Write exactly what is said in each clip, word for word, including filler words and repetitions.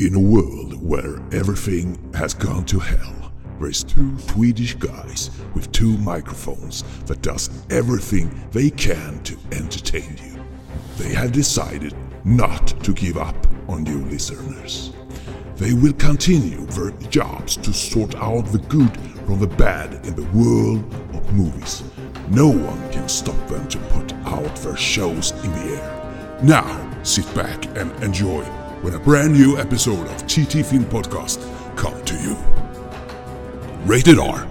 In a world where everything has gone to hell, there is two Swedish guys with two microphones that does everything they can to entertain you. They have decided not to give up on you listeners. They will continue their jobs to sort out the good from the bad in the world of movies. No one can stop them to put out their shows in the air. Now, sit back and enjoy when a brand new episode of T T Film Podcast come to you. Rated R.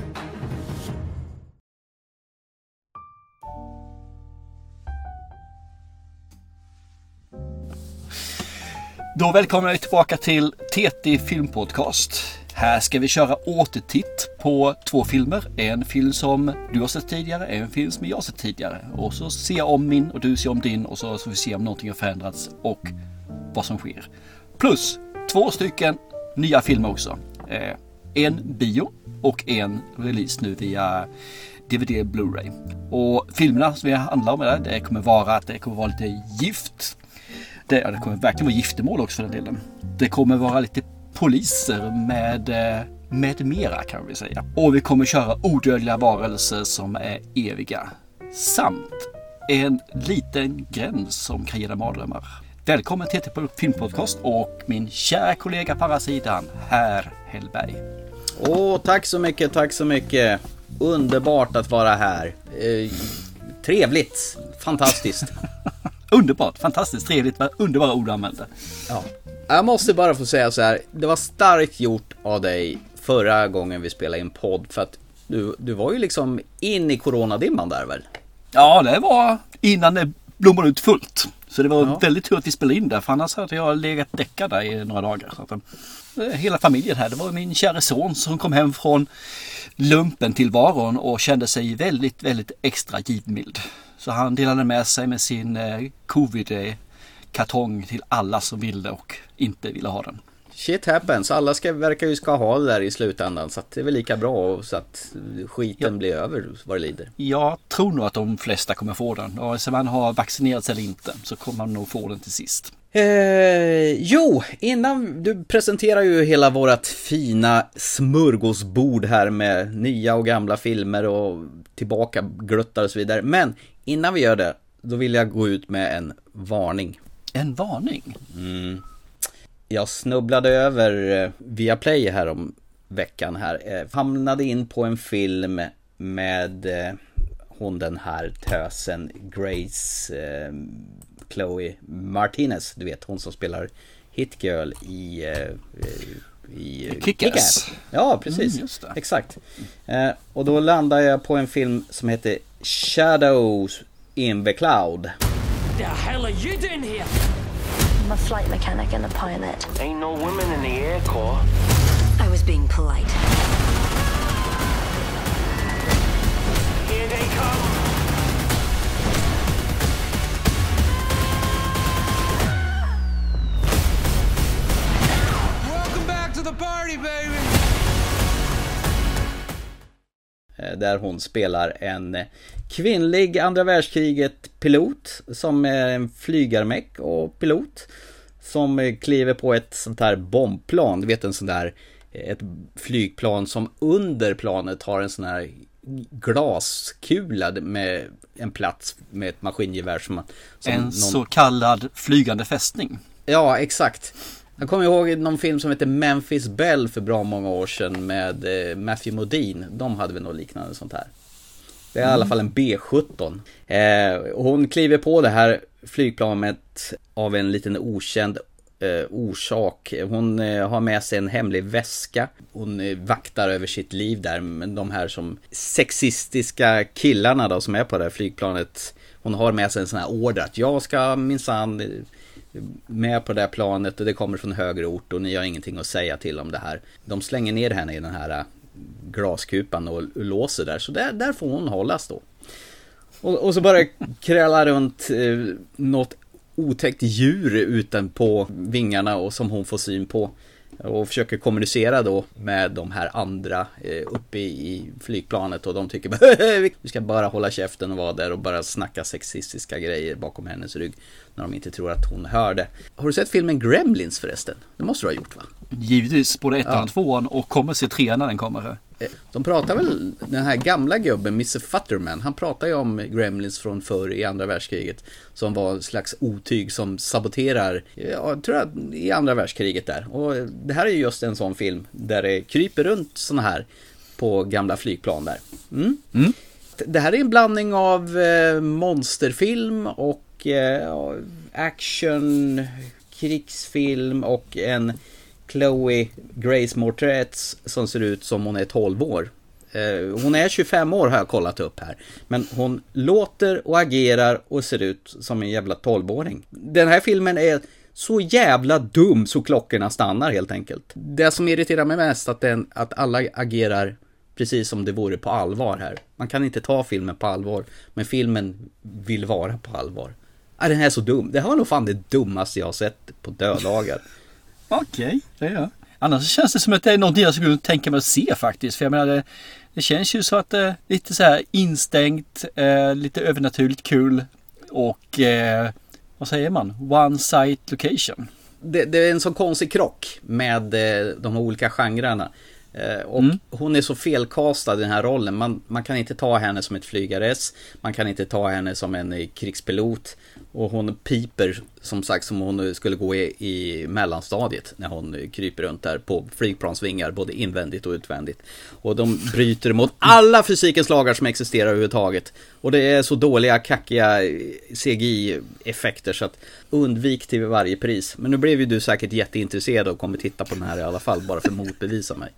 Då välkomnar vi tillbaka till T T Film Podcast. Här ska vi köra återtitt på två filmer. En film som du har sett tidigare, en film som jag har sett tidigare. Och så ser jag om min och du ser om din och så får vi se om någonting har förändrats och vad som sker. Plus två stycken nya filmer också. Eh, en bio och en release nu via D V D Blu-ray. Och filmerna som vi handlar om det, det kommer vara att det kommer vara lite gift. Det, ja, det kommer verkligen vara giftermål också för den delen. Det kommer vara lite poliser med, med mera kan vi säga. Och vi kommer köra odödliga varelser som är eviga. Samt en liten gräns som kan ge dig mardrömmar. Välkommen till T T Filmpodcast och min kära kollega på andra sidan, herr Hellberg. Åh, tack så mycket, tack så mycket. Underbart att vara här. Eh, trevligt, fantastiskt. Underbart, fantastiskt, trevligt, underbara ord använda. Ja. Jag måste bara få säga så här, det var starkt gjort av dig förra gången vi spelade in podd, för att du, du var ju liksom in i coronadimman där väl? Ja, det var innan det blommade ut fullt. Så det var ja. väldigt tur att vi spelade in där, för annars hade jag legat däckad där i några dagar. Så att, hela familjen här, det var min kära son som kom hem från lumpen till varon och kände sig väldigt, väldigt extra givmild. Så han delade med sig med sin eh, covid-kartong till alla som ville och inte ville ha den. Shit happens, alla ska, verkar ju ska ha det där i slutändan, så att det är väl lika bra så att skiten ja. blir över vad det lider. Jag tror nog att de flesta kommer få den, och så man har vaccinerats eller inte så kommer man nog få den till sist. Eh, jo, innan du presenterar ju hela vårat fina smörgåsbord här med nya och gamla filmer och tillbaka gluttar och så vidare. Men innan vi gör det, då vill jag gå ut med en varning. En varning? Mm. Jag snubblade över eh, Viaplay här om veckan här. Eh, hamnade in på en film med eh, hon den här tösen Grace eh, Chloe Martinez, du vet hon som spelar Hit Girl i eh, i Kick-Ass. Ja, precis. Mm, just det. Exakt. Eh, och då landade jag på en film som heter Shadows in the Cloud. The hell are you doing here? I'm a flight mechanic and a pilot. Ain't no women in the Air Corps. I was being polite. Here they come. Welcome back to the party, baby. Där hon spelar en kvinnlig andra världskriget pilot som är en flygarmäck och pilot som kliver på ett sånt här bombplan. Du vet en sån där ett flygplan som under planet har en sån här glaskula med en plats med ett maskingevär som, som en någon... så kallad flygande fästning. Ja, exakt. Jag kommer ihåg någon film som heter Memphis Belle för bra många år sedan med eh, Matthew Modine. De hade väl något liknande sånt här. Det är mm. i alla fall en B sjutton. Eh, hon kliver på det här flygplanet av en liten okänd eh, orsak. Hon eh, har med sig en hemlig väska. Hon eh, vaktar över sitt liv där. Men de här som sexistiska killarna då, som är på det här flygplanet. Hon har med sig en sån här order att jag ska minsann med på det här planet och det kommer från högre ort och ni har ingenting att säga till om det här. De slänger ner henne i den här glaskupan och låser där, så där, där får hon hållas då. Och, och så bara kräla runt eh, något otäckt djur utan på vingarna och som hon får syn på. och försöker kommunicera då med de här andra eh, uppe i, i flygplanet, och de tycker bara vi ska bara hålla käften och vara där och bara snacka sexistiska grejer bakom hennes rygg när de inte tror att hon hör det. Har du sett filmen Gremlins förresten? Det måste du ha gjort, va? Givetvis, både ettan Ja. och tvåan, och kommer se trean när den kommer. De pratar väl, den här gamla gubben, mister Futterman, han pratar ju om Gremlins från förr i andra världskriget, som var en slags otyg som saboterar, jag tror att i andra världskriget där. Och det här är ju just en sån film där det kryper runt såna här på gamla flygplan där. Mm. Mm. Det här är en blandning av eh, monsterfilm och eh, action, krigsfilm och en Chloe Grace Moretz som ser ut som hon är tolv år. Eh, hon är tjugofem år har jag kollat upp här. Men hon låter och agerar och ser ut som en jävla tolvåring. Den här filmen är så jävla dum så klockorna stannar helt enkelt. Det som irriterar mig mest är att, den, att alla agerar precis som det vore på allvar här. Man kan inte ta filmen på allvar, men filmen vill vara på allvar. Ah, den här är så dum. Det var nog fan det dummaste jag har sett på döddagar. Okej, okay, det är jag. Annars känns det som att det är något jag skulle tänka mig att se faktiskt. För jag menar, det, det känns ju så att det är lite så här instängt, eh, lite övernaturligt kul och eh, vad säger man? One site location. Det, det är en så konstig krock med eh, de olika genrerna. Eh, och mm. hon är så felkastad i den här rollen. Man, man kan inte ta henne som ett flygares. Man kan inte ta henne som en eh, krigspilot. Och hon piper som sagt som hon skulle gå i, i mellanstadiet när hon eh, kryper runt där på flygplansvingar både invändigt och utvändigt. Och de bryter mot alla fysikens lagar som existerar överhuvudtaget. Och det är så dåliga, kackiga C G I-effekter så att undvik till varje pris. Men nu blev ju du säkert jätteintresserad och kommer titta på den här i alla fall bara för att motbevisa mig.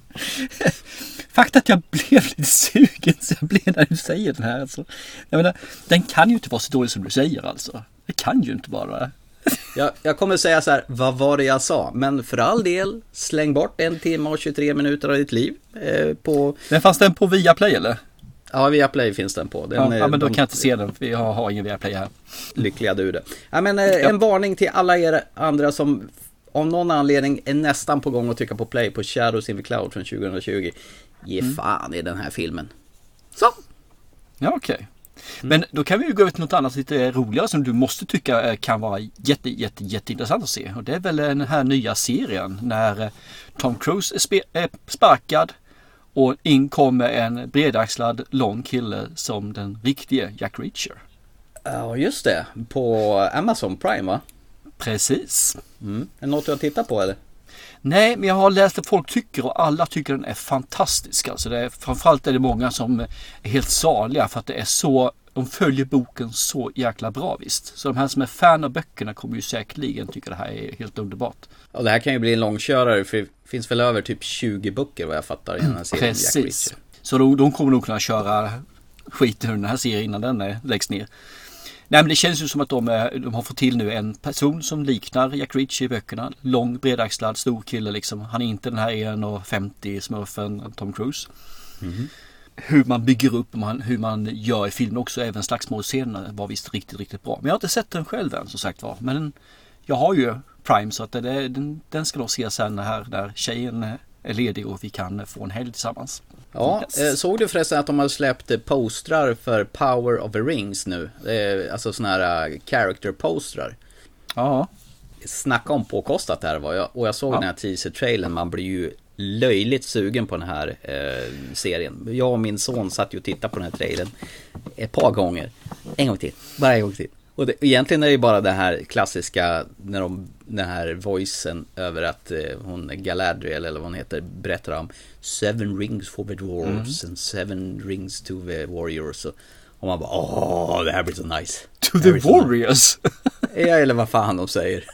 Faktum att jag blev lite sugen så jag blev när du säger den här alltså. Jag menar, den kan ju inte vara så dålig som du säger alltså. Det kan ju inte vara. jag, jag kommer säga så här, vad var det jag sa? Men för all del, släng bort en timme och tjugotre minuter av ditt liv eh, på... Den fanns den på Viaplay eller? Ja, Viaplay finns den på. Den, ja, ja, men då de, kan jag inte se den, för vi har, har ingen Viaplay här. Lyckliga du det. Ja, men eh, ja. En varning till alla er andra som av någon anledning är nästan på gång att trycka på play på Shadows in the Cloud från tjugohundratjugo. Ge mm. fan i den här filmen. Så! Ja, okej. Okay. Mm. Men då kan vi ju gå över till något annat lite roligare som du måste tycka kan vara jätte, jätte, jätteintressant att se. Och det är väl den här nya serien när Tom Cruise är, spe- är sparkad och in kommer en bredaxlad lång kille som den riktiga Jack Reacher. Ja, just det. På Amazon Prime, va? Precis. Mm. Är det något du har tittat på, eller? Nej, men jag har läst att folk tycker och alla tycker den är fantastisk. Alltså det är, framförallt är det många som är helt saliga för att det är så, de följer boken så jäkla bra visst. Så de här som är fan av böckerna kommer ju säkerligen tycka det här är helt underbart. Och det här kan ju bli en långkörare för det finns väl över typ tjugo böcker vad jag fattar i den här serien. Precis. Så de, de kommer nog kunna köra skiten ur den här serien innan den är, läggs ner. Nej, men det känns ju som att de, de har fått till nu en person som liknar Jack Reacher i böckerna. Lång, bredaxlad, stor kille liksom. Han är inte den här en komma femtio smurfen Tom Cruise. Mm. Hur man bygger upp, man, hur man gör i filmen också, även slagsmålscenerna var visst riktigt, riktigt bra. Men jag har inte sett den själv än som sagt var. Men jag har ju Prime så att det, den, den ska då se sen här där tjejen är ledig och vi kan få en helg tillsammans. Ja, yes. Såg du förresten att de har släppt postrar för Power of the Rings nu? Alltså såna här character-postrar. Ja. Snacka om påkostat där var jag. Och jag såg ja. den här teaser-trailern. Man blir ju löjligt sugen på den här eh, serien. Jag och min son satt ju och tittade på den här trailern ett par gånger. En gång till. Bara en gång till. Och det, egentligen är det ju bara det här klassiska när de, den här voicen över att eh, hon Galadriel eller vad hon heter berättar om seven rings for the dwarves mm. and seven rings to the warriors och, och man bara, åh, det här blir så nice. To the warriors? Ja, eller vad fan de säger.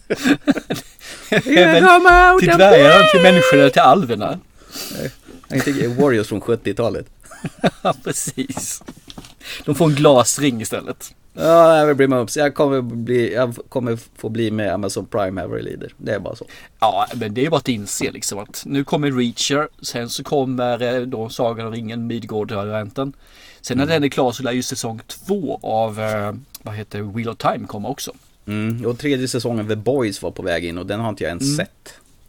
Även till dvärgarna, till människorna, till alverna. Jag tänkte warriors från sjuttiotalet. Ja, precis. De får en glasring istället. Ja, jag vill bli med upp. Jag kommer, bli, jag kommer få bli med Amazon Prime Every Leader. Det är bara så. Ja, men det är bara att inse liksom att nu kommer Reacher. Sen så kommer då Sagan om ringen, Midgård-varianten. Sen när mm. den är klar så lär ju säsong två av vad heter Wheel of Time komma också. Mm, och tredje säsongen The Boys var på väg in och den har inte jag ens mm. sett.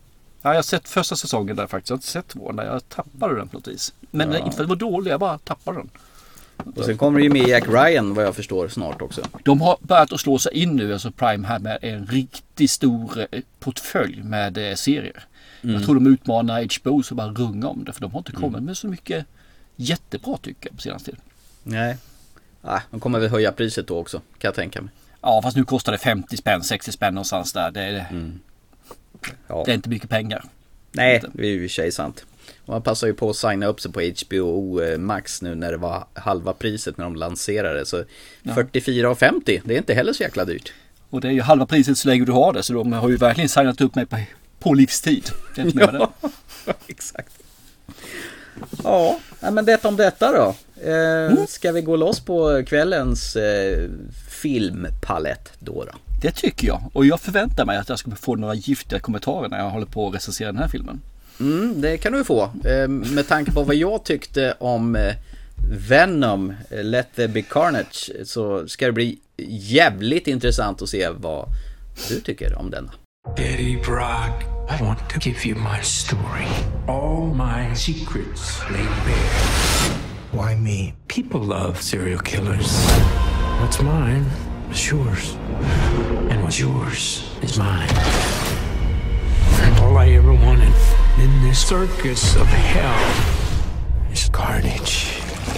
Ja, jag har sett första säsongen där faktiskt. Jag har inte sett tvåan där. Jag tappade den på något vis. Men ja. Inte för att det var dålig, jag bara tappade den. Och sen kommer det ju med Jack Ryan vad jag förstår snart också. De har börjat att slå sig in nu, alltså Prime här med en riktigt stor portfölj med eh, serier. Mm. Jag tror de utmanar H B O så bara runga om det, för de har inte kommit mm. med så mycket jättebra tycker jag på senaste tiden. Nej, ah, de kommer väl höja priset då också, kan jag tänka mig. Ja, fast nu kostar det femtio spänn, sextio spänn någonstans där. Det är, mm. ja. det är inte mycket pengar. Nej, inte. Det är ju i sig sant. Och man passar ju på att signa upp sig på H B O Max nu när det var halva priset när de lanserade. Så ja. fyrtiofyra femtio, det är inte heller så jäkla dyrt. Och det är ju halva priset så länge du har det. Så de har ju verkligen signat upp mig på, på livstid. Det är inte med ja, det. Exakt. Ja, men detta om detta då. Eh, mm. Ska vi gå loss på kvällens eh, filmpalett då då? Det tycker jag. Och jag förväntar mig att jag ska få några giftiga kommentarer när jag håller på att recensera den här filmen. Mm, det kan du få. Eh, med tanke på vad jag tyckte om eh, Venom, Let There Be Carnage, så ska det bli jävligt intressant att se vad du tycker om denna. Eddie Brock, I want to give you my story. All my secrets laid bare. Why me? People love serial killers. What's mine is yours. And what's yours is mine. And all I ever wanted in this circus of hell is carnage.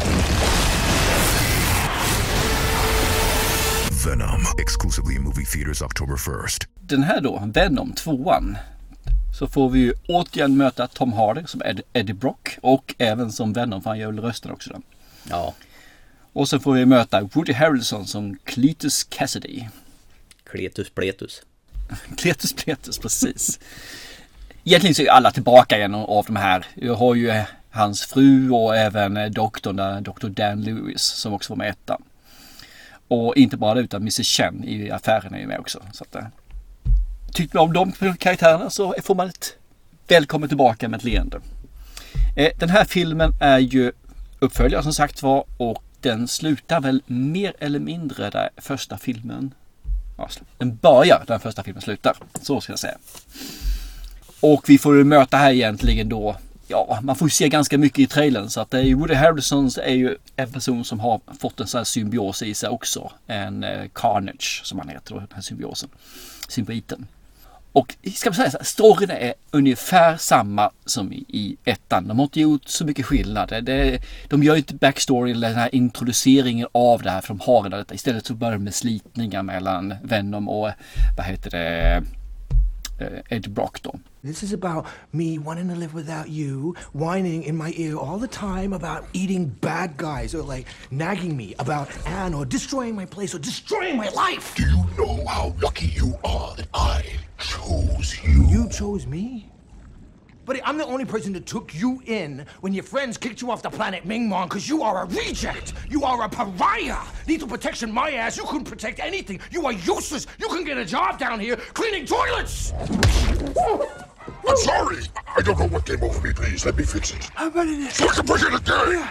Venom, exclusively in movie theaters October first. Den här då, Venom tvåan, så får vi ju återigen möta Tom Hardy som Ed, Eddie Brock och även som Venom, för han gör väl rösten också där. Ja. Och sen får vi möta Woody Harrelson som Cletus Cassidy. Cletus Pletus. Cletus Pletus, precis. Egentligen så är alla tillbaka igen av de här. Jag har ju hans fru och även doktorn, doktor Dan Lewis, som också var med ettan. Och inte bara det, utan missus Chen i affären är ju med också. Så att, tycker man om de karaktärerna så får man ett välkommen tillbaka med ett leende. Den här filmen är ju uppföljare som sagt var, och den slutar väl mer eller mindre där första filmen, ja, den börjar där första filmen slutar, så ska jag säga. Och vi får ju möta här egentligen då, ja, man får ju se ganska mycket i trailern, så att det är ju Woody Harrelson är ju en person som har fått en sån här symbios i sig också, en eh, Carnage som han heter, den här symbiosen, symbioten. Och ska man säga så här, storyn är ungefär samma som i, i ettan. De har inte gjort så mycket skillnad. Det, de gör ju inte backstory eller den här introduceringen av det här, för de har redan detta. Istället så börjar de med slitningar mellan Venom och, vad heter det, Eddie Brock då. This is about me wanting to live without you, whining in my ear all the time about eating bad guys, or like nagging me about Anne, or destroying my place, or destroying my life. Do you know how lucky you are that I chose you? You chose me? But I'm the only person that took you in when your friends kicked you off the planet Mingmong because you are a reject. You are a pariah. Lethal protection, my ass. You couldn't protect anything. You are useless. You can get a job down here cleaning toilets. I'm sorry. I don't know what came over me. Please, let me fix it. I'm ready to... So I can bring it again.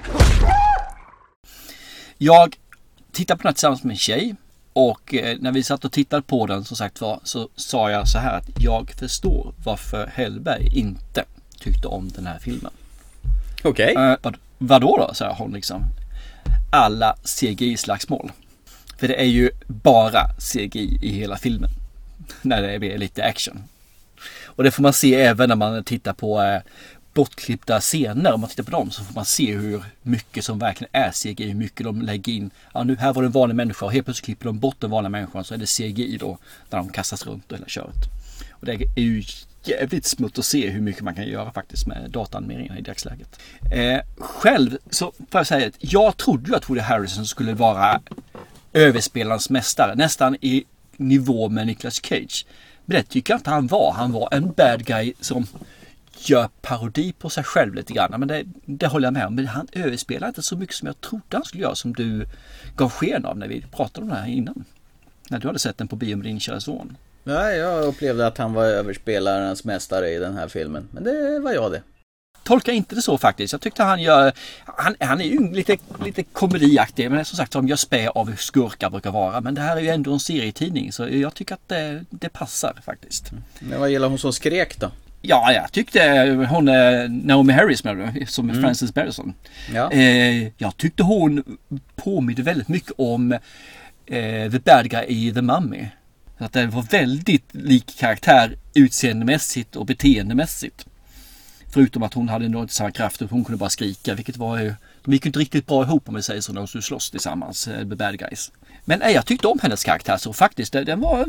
Jag tittar på den här tillsammans med en tjej. Och eh, när vi satt och tittade på den, som sagt var, så sa jag så här att jag förstår varför Hellberg inte tyckte om den här filmen. Okej. Okay. Eh, vad, vadå då, sa hon liksom. Alla C G I-slagsmål. För det är ju bara C G I i hela filmen. När det är lite action. Och det får man se även när man tittar på eh, bortklippta scener. Om man tittar på dem så får man se hur mycket som verkligen är C G I, hur mycket de lägger in. Ja, nu här var det en vanlig människa och helt plötsligt klipper de bort den vanliga människan, så är det C G I då när de kastas runt och hela köret. Och det är ju jävligt smutt att se hur mycket man kan göra faktiskt med dataanimeringar i dagsläget. Eh, själv så får jag säga att jag trodde ju att Woody Harrelson skulle vara överspelarens mästare, nästan i nivå med Nicolas Cage. Men det tycker jag inte han var. Han var en bad guy som gör parodi på sig själv lite grann. Men det, det håller jag med om. Men han överspelar inte så mycket som jag trodde han skulle göra, som du gav sken av när vi pratade om det här innan. När du hade sett den på bio med din kära son. Nej, jag upplevde att han var överspelarens mästare i den här filmen. Men det var jag det. Tolka inte det så faktiskt. Jag tyckte han gör... Han, han är ju lite, lite komediaktig. Men som sagt, de gör spä av hur skurkar brukar vara. Men det här är ju ändå en serietidning. Så jag tycker att det, det passar faktiskt. Men vad gillar hon som skrek då? Ja, jag tyckte hon Naomi Harris med, som mm. Frances Bergeson. Ja. Eh, jag tyckte hon påminner väldigt mycket om eh, The Bad Guy i The Mummy. Att det var väldigt lik karaktär utseendemässigt och beteendemässigt. Förutom att hon hade nog inte samma kraft och hon kunde bara skrika, vilket var ju, de gick ju inte riktigt bra ihop om vi säger så, när de skulle slåss tillsammans, The Bad Guys. Men nej, jag tyckte om hennes karaktär så faktiskt, den var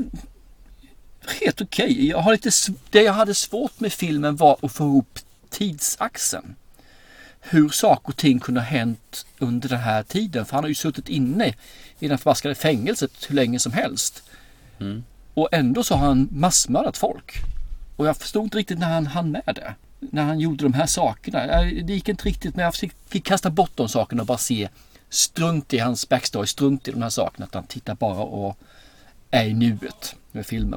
helt okej. Okay. Jag har lite, det jag hade svårt med filmen var att få ihop tidsaxeln. Hur saker och ting kunde ha hänt under den här tiden. För han har ju suttit inne i den förbaskade fängelset hur länge som helst. Mm. Och ändå så har han massmördat folk. Och jag förstod inte riktigt när han hann med det. När han gjorde de här sakerna. Det gick inte riktigt, men jag fick, fick kasta bort de sakerna och bara se strunt i hans backstory, strunt i de här sakerna. Att han tittar bara och är i nuet med filmen.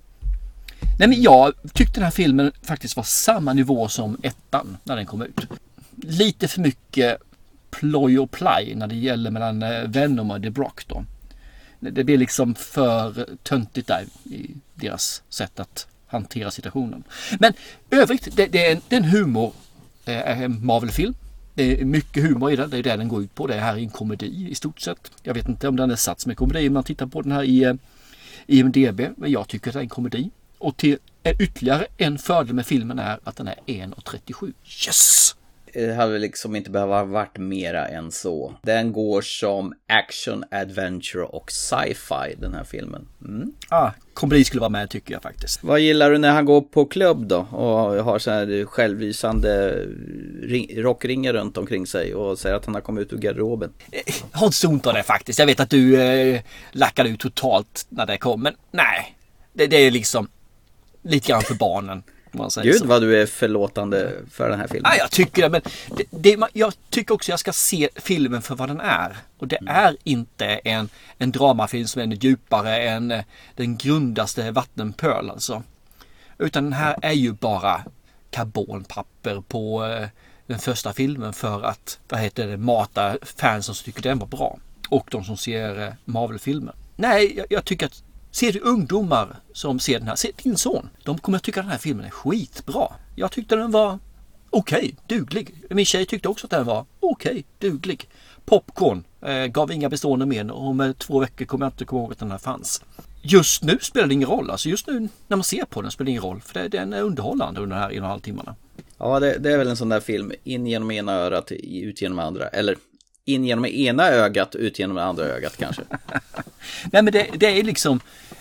Nej, men jag tyckte den här filmen faktiskt var samma nivå som ettan när den kom ut. Lite för mycket ploj och plaj när det gäller mellan Venom och The Brock då. Det blir liksom för töntigt där i deras sätt att hantera situationen. Men övrigt, det, det, är, en, det är en humor eh, Marvel-film. Det är mycket humor i den, det är det den går ut på. Det här är en komedi i stort sett. Jag vet inte om den är satt som en komedi om man tittar på den här i eh, I M D B, men jag tycker att det är en komedi. Och till ytterligare en fördel med filmen är att den är en trettiosju. Yes! Det hade liksom inte behövt varit mera än så. Den går som action, adventure och sci-fi, den här filmen. Mm. Ah, komedi skulle vara med tycker jag faktiskt. Vad gillar du när han går på klubb då? Och har så här självlysande rockringar runt omkring sig och säger att han har kommit ut ur garderoben. Jag har inte så ont av det faktiskt. Jag vet att du eh, lackade ut totalt när det kom. Men nej, det, det är liksom lite grann för barnen. Gud så. Vad du är förlåtande för den här filmen. Ja, jag tycker det, men det, det, jag tycker också jag ska se filmen för vad den är. Och det mm. är inte en, en dramafilm som är djupare än den grundaste vattenpöl alltså. Utan den här är ju bara karbonpapper på eh, den första filmen för att, vad heter det, mata fans som tycker den var bra. Och de som ser eh, Marvel-filmer. Nej, jag, jag tycker att ser du ungdomar som ser den här, se din son, de kommer att tycka att den här filmen är skitbra. Jag tyckte den var okej, okay, duglig. Min tjej tyckte också att den var okej, okay, duglig. Popcorn, eh, gav inga bestående men och om två veckor kommer jag inte komma ihåg att den här fanns. Just nu spelar det ingen roll, alltså just nu när man ser på den spelar det ingen roll, för det, den är underhållande under de här en och en halv timmarna. Ja, det, det är väl en sån där film, in genom ena örat, ut genom andra, eller in genom ena ögat, ut genom det andra ögat kanske. Nej, men det, det är liksom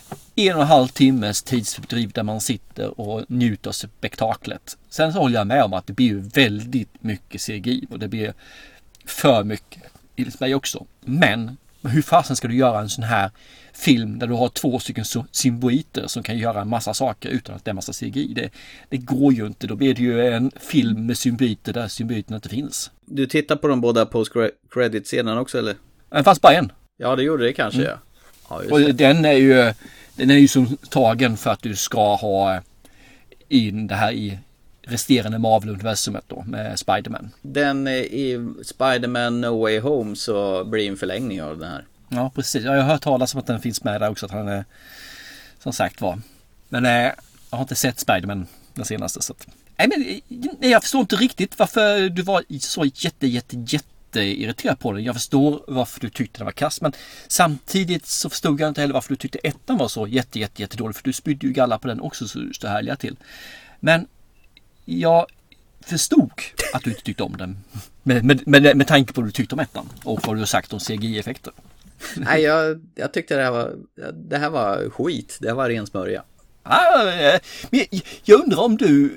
en och en halv timmes tidsfördriv där man sitter och njuter av spektaklet. Sen så håller jag med om att det blir väldigt mycket C G I och det blir för mycket i mig också. Men hur fasen ska du göra en sån här film där du har två stycken symboiter som kan göra en massa saker utan att det är massa C G I? Det, det går ju inte. Då blir det ju en film med symboiter där symboiterna inte finns. Du tittar på de båda post-credit-scenerna också, eller? Det fanns bara en. Ja, det gjorde det kanske, mm. ja. ja och det. Den är ju den är ju som tagen för att du ska ha in det här i resterande Marvel-universumet då med Spider-Man. Den i Spider-Man No Way Home så blir en förlängning av den här. Ja, precis. Jag har hört talas om att den finns med där också, att han är som sagt var. Men eh, jag har inte sett Spider-Man den senaste. Så att, nej, men nej, jag förstår inte riktigt varför du var så jätte, jätte, jätte irriterad på den. Jag förstår varför du tyckte den var kass, men samtidigt så förstod jag inte heller varför du tyckte ettan var så jätte, jätte, jätte dålig, för du spydde ju galla på den också så du står härliga till. Men jag förstod att du inte tyckte om den med, med, med, med tanke på vad du tyckte om ettan och vad du har sagt om C G I-effekter. Nej, jag, jag tyckte det här var det här var skit. Det här var ren smörja. Ah, men jag, jag undrar om du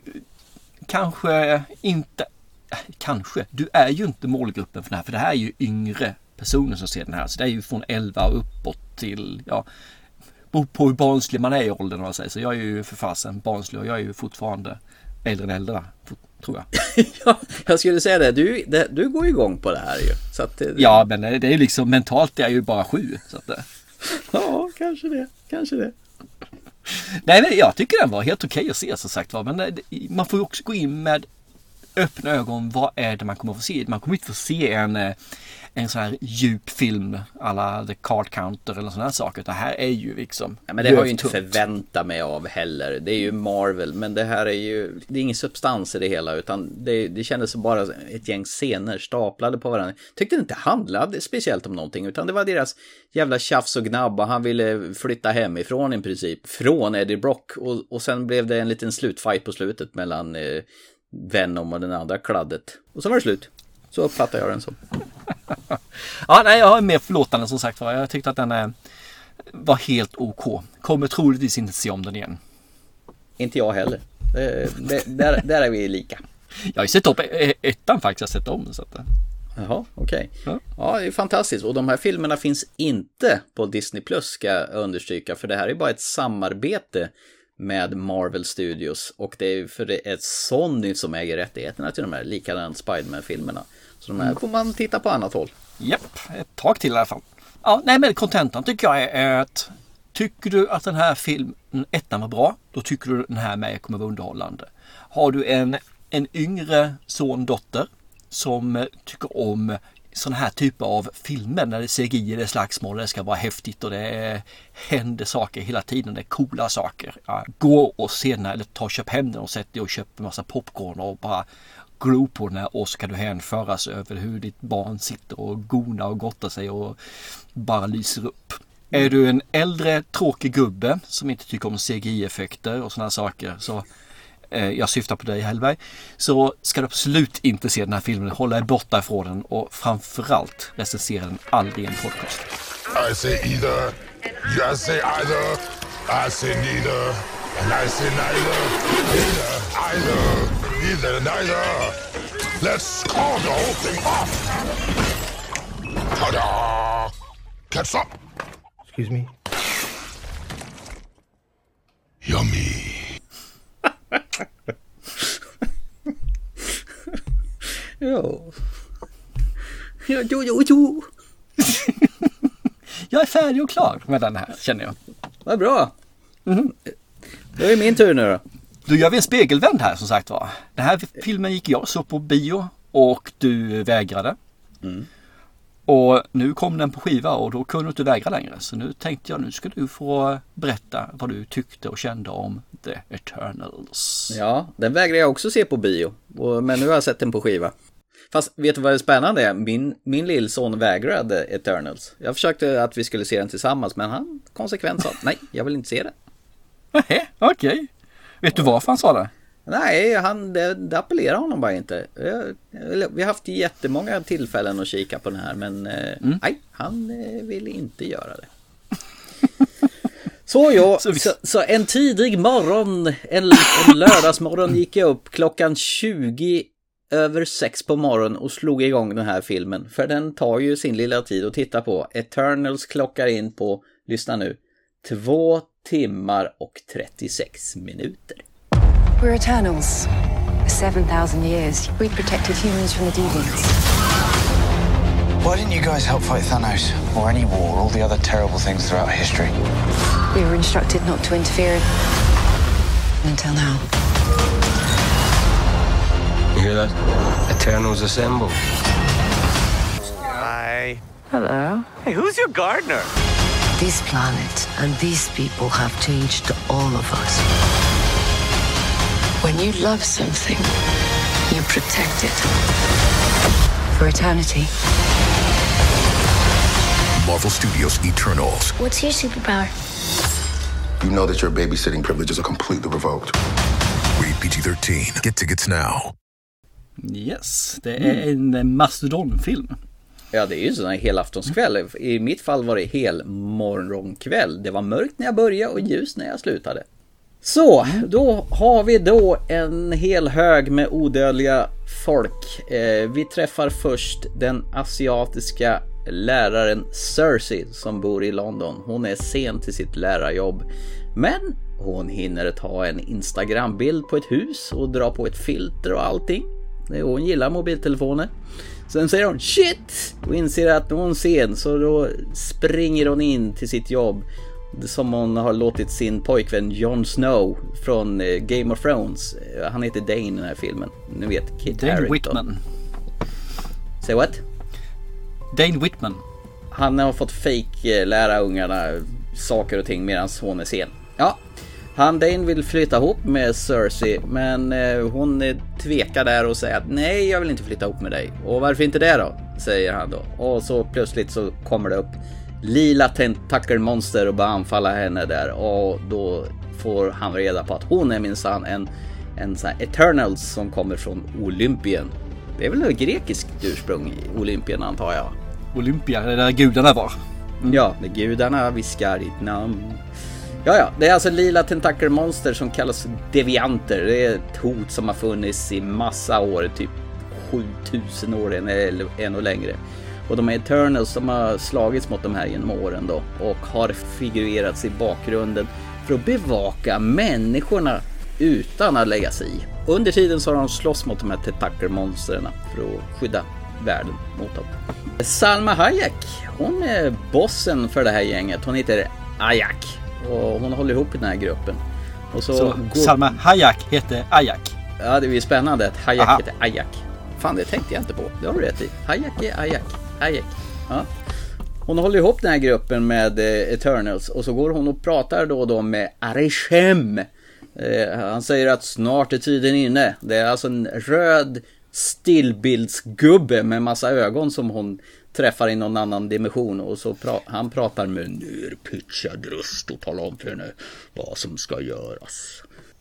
kanske inte kanske, du är ju inte målgruppen för det här, för det här är ju yngre personer som ser den här, så det är ju från elva uppåt till, ja, beror på hur barnslig man är i åldern, vad jag säger. Så jag är ju för fasen barnslig och jag är ju fortfarande äldre än äldre, tror jag. Ja, jag skulle säga det. Du, det, du går igång på det här ju. Så att det, ja, men det är liksom mentalt, det är ju bara sju. Så att det... Ja, kanske det. Kanske det. Nej, men jag tycker den var helt okej att se, som sagt var. Men man får ju också gå in med öppna ögon, vad är det man kommer att få se? Man kommer inte få se en, en sån här djup film alla The Card Counter eller sådana här saker. Det här är ju liksom... Ja, men det har jag ju inte förväntat mig av heller. Det är ju Marvel, men det här är ju... Det är ingen substans i det hela, utan det, det kändes som bara ett gäng scener staplade på varandra. Tyckte det inte handlade speciellt om någonting, utan det var deras jävla tjafs och gnabb, och han ville flytta hemifrån i princip. Från Eddie Brock, och, och sen blev det en liten slutfight på slutet mellan eh, Venom och den andra kladdet. Och så var det slut. Så uppfattar jag den som. Ja, nej, jag är mer förlåtande som sagt. Jag tyckte att den är, var helt OK. Kommer troligtvis inte se om den igen. Inte jag heller. Det, det, där, där är vi lika. Jag har ju sett upp ettan faktiskt. Jag har sett om. Så att... Jaha, okej. Okay. Ja. Ja, det är fantastiskt. Och de här filmerna finns inte på Disney Plus, ska jag understryka. För det här är bara ett samarbete med Marvel Studios. Och det är för det är Sony som äger rättigheterna till de här likadant Spider-Man-filmerna. Så de här får man titta på annat håll. Japp, ett tag till i alla fall. Ja, nej, men kontentan tycker jag är att tycker du att den här filmen, ettan var bra, då tycker du den här med kommer vara underhållande. Har du en, en yngre son, dotter som tycker om sådana här typer av filmer när det är C G I, det är slagsmål, det ska vara häftigt och det är, händer saker hela tiden, det är coola saker. Ja, gå och se den här, eller ta och köp hem den och sätt dig och köp en massa popcorn och bara glo på den här, och ska du hänföras över hur ditt barn sitter och gonar och gottar sig och bara lyser upp. Mm. Är du en äldre tråkig gubbe som inte tycker om C G I-effekter och sådana saker, så eh, jag syftar på dig, Hellberg, så ska du absolut inte se den här filmen. Hålla dig borta ifrån den och framförallt recensera den aldrig i en podcast. I say either, you say either, I say neither, and I say neither, neither, either, neither, neither. Let's call the whole thing off. Ta-da! Catch up. Excuse me? Yummy. Jo. Jo, jo, jo, jo. Jag är färdig och klar med den här, känner jag. Vad bra. Mm. Då är det min tur nu då. Då gör vi en spegelvänd här, som sagt var. Den här filmen gick jag så på bio och du vägrade. Mm. Och nu kom den på skiva och då kunde du inte vägra längre. Så nu tänkte jag, nu ska du få berätta vad du tyckte och kände om The Eternals. Ja, den vägrar jag också se på bio. Men nu har jag sett den på skiva. Fast vet du vad det spännande är? Min, min lillson vägrade Eternals. Jag försökte att vi skulle se den tillsammans, men han konsekvent sa nej, jag vill inte se den. Nej, okej. Okay. Vet du varför han sa det? Nej, han, det, det appellerar honom bara inte. Vi har haft jättemånga tillfällen att kika på den här, men mm. nej, han vill inte göra det. Så ja, så, så, så en tidig morgon, en, en lördagsmorgon gick jag upp klockan tjugo över sex på morgonen och slog igång den här filmen. För den tar ju sin lilla tid att titta på. Eternals klockar in på, lyssna nu, två timmar och trettiosex minuter. We're Eternals. For seven thousand years, we protected humans from the deviants. Why didn't you guys help fight Thanos? Or any war, all the other terrible things throughout history? We were instructed not to interfere. Until now. You hear that? Eternals assemble. Hi. Hello. Hey, who's your gardener? This planet and these people have changed all of us. When you love something, you protect it. For eternity. Marvel Studios Eternals. What's your superpower? You know that your babysitting privileges are completely revoked. Read P G thirteen. Get tickets now. Yes, det är en mastodonfilm. Ja, det är ju sån här helaftonskväll. I mitt fall var det hel morgonkväll. Det var mörkt när jag började och ljus när jag slutade. Så, då har vi då en hel hög med odödliga folk. Eh, vi träffar först den asiatiska läraren Cersei som bor i London. Hon är sen till sitt lärarjobb. Men hon hinner ta en Instagram-bild på ett hus och dra på ett filter och allting. Hon gillar mobiltelefoner. Sen säger hon shit och inser att hon är sen, så då springer hon in till sitt jobb som hon har låtit sin pojkvän Jon Snow från Game of Thrones. Han heter Dane i den här filmen. Nu vet Kit Dane Harington. Whitman. Say what? Dane Whitman. Han har fått fake lära ungarna saker och ting medan hon är sen. Ja, han Dane vill flytta ihop med Cersei, men eh, hon eh, tvekar där och säger att nej, jag vill inte flytta ihop med dig. Och varför inte det då? Säger han då. Och så plötsligt så kommer det upp lila tentakelmonster och börjar anfalla henne där. Och då får han reda på att hon är minsann en, en sån här Eternals som kommer från Olympien. Det är väl ett grekiskt ursprung i Olympien, antar jag. Olympia, det där gudarna var. Mm. Ja, det gudarna viskar ditt namn. Ja, ja, det är alltså lila tentakelmonster som kallas devianter. Det är ett hot som har funnits i massa år, typ sjutusen år eller ännu längre. Och de är Eternals som har slagits mot de här genom åren då och har figurerats i bakgrunden för att bevaka människorna utan att lägga sig i. Under tiden så har de slåss mot de här tentakelmonsterna för att skydda världen mot dem. Salma Hayek, hon är bossen för det här gänget. Hon heter Ajak och hon håller ihop i den här gruppen. Och så, så går... Salma Hayek heter Ajak. Ja, det är ju spännande att Hayek Aha. heter Ajak. Fan, det tänkte jag inte på. Det har du rätt i. Hayek är Ajak. Hayek. Ja. Hon håller ihop den här gruppen med eh, Eternals och så går hon och pratar då och då med Arishem. Eh, han säger att snart är tiden inne. Det är alltså en röd stillbildsgubbe med massa ögon som hon träffar i någon annan dimension och så pra- han pratar med nerpitchad röst och talar om för henne vad som ska göras.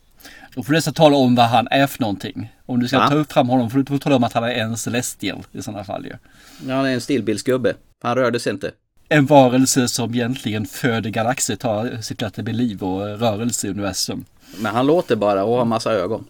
Då får du nästan tala om vad han är för någonting. Om du ska ja. ta upp fram honom får du tala om att han är en celestial i sådana fall. Ja, ja han är en stillbildsgubbe. Han rörde sig inte. En varelse som egentligen föder galaxer, tar sitt lätt att bli liv och rörelse i universum. Men han låter bara och har massa ögon.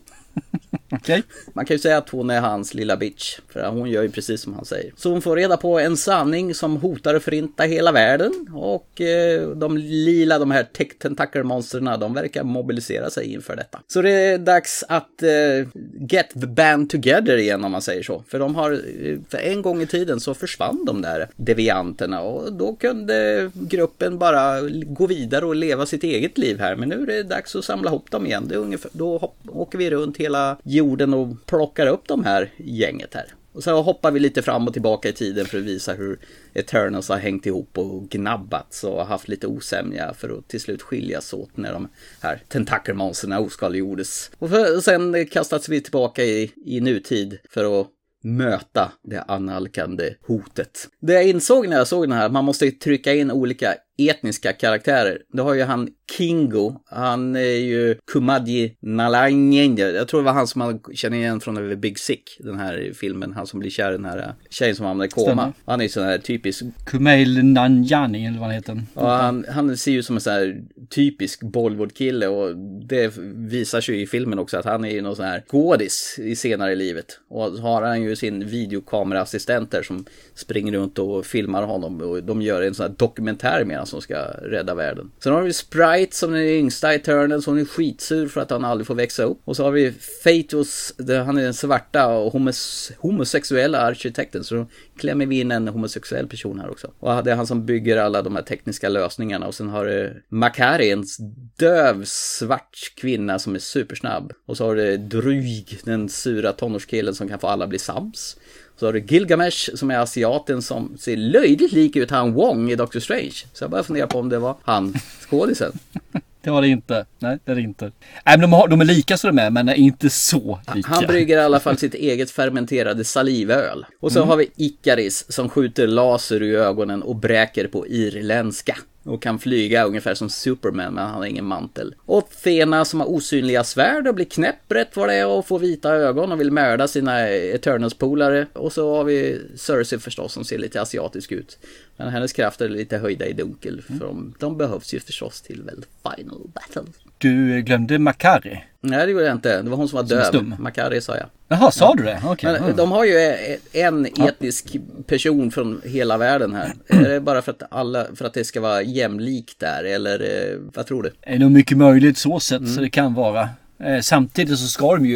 Okay. Man kan ju säga att hon är hans lilla bitch, för hon gör ju precis som han säger. Så hon får reda på en sanning som hotar att förinta hela världen. Och eh, de lila, de här tentakelmonsterna, de verkar mobilisera sig inför detta. Så det är dags att eh, get the band together igen, om man säger så. För de har, för en gång i tiden så försvann de där devianterna. Och då kunde gruppen bara gå vidare och leva sitt eget liv här. Men nu är det dags att samla ihop dem igen. Det är ungefär, då hopp, åker vi runt hela jorden och plockar upp de här gänget här. Och så hoppar vi lite fram och tillbaka i tiden för att visa hur Eternals har hängt ihop och gnabbats och haft lite osämja för att till slut skiljas åt när de här tentakelmonsterna oskadliggjordes. Och för, sen kastas vi tillbaka i, i nutid för att möta det analkande hotet. Det jag insåg när jag såg den här, man måste trycka in olika etniska karaktärer. Det har ju han Kingo, han är ju Kumaji Nalainen. Jag tror det var han som man känner igen från The Big Sick, den här filmen, han som blir kär i den här tjejen som hamnar i koma. Stämmer. Han är ju sån här typisk Kumail Nanjiani eller vad han heter. Ja, han, han ser ju som en sån här typisk Bollywood-kille och det visar sig i filmen också att han är ju någon sån här skådis i senare i livet. Och så har han ju sin videokameraassistenter som springer runt och filmar honom och de gör en sån här dokumentär med som ska rädda världen. Sen har vi Sprite som är den yngsta Eternals, hon är skitsur för att han aldrig får växa upp. Och så har vi Phaetus, han är den svarta och homos- homosexuella arkitekten, så då klämmer vi in en homosexuell person här också. Och det är han som bygger alla de här tekniska lösningarna. Och sen har du Makari, en döv svart kvinna som är supersnabb. Och så har du Druig, den sura tonårskillen som kan få alla bli sams. Så har du Gilgamesh som är asiaten som ser löjligt lik ut han Wong i Doctor Strange. Så jag bara funderar på om det var han skådisen. Det var det inte. Nej, det är det inte. Nej, men de, har, de är lika så de är, men är inte så lika. Han brygger i alla fall sitt eget fermenterade salivöl. Och så mm. har vi Ikaris som skjuter laser i ögonen och bräker på irländska. Och kan flyga ungefär som Superman, men han har ingen mantel. Och Thena som har osynliga svärd och blir knäpprätt vad det är och får vita ögon och vill mörda sina Eternals-polare. Och så har vi Cersei förstås som ser lite asiatisk ut. Men hennes krafter är lite höjda i dunkel. För de, de behövs ju förstås till väl Final Battle. Du glömde Makari. Nej, det gjorde jag inte. Det var hon som var döv. Som Makari sa jag. Jaha, sa ja. du det? Okay. Men mm. de har ju en etnisk ja. person från hela världen här. Är det bara för att, alla, för att det ska vara jämlikt där? Eller vad tror du? Det är nog mycket möjligt så sätt mm. så det kan vara. Eh, samtidigt så ska de ju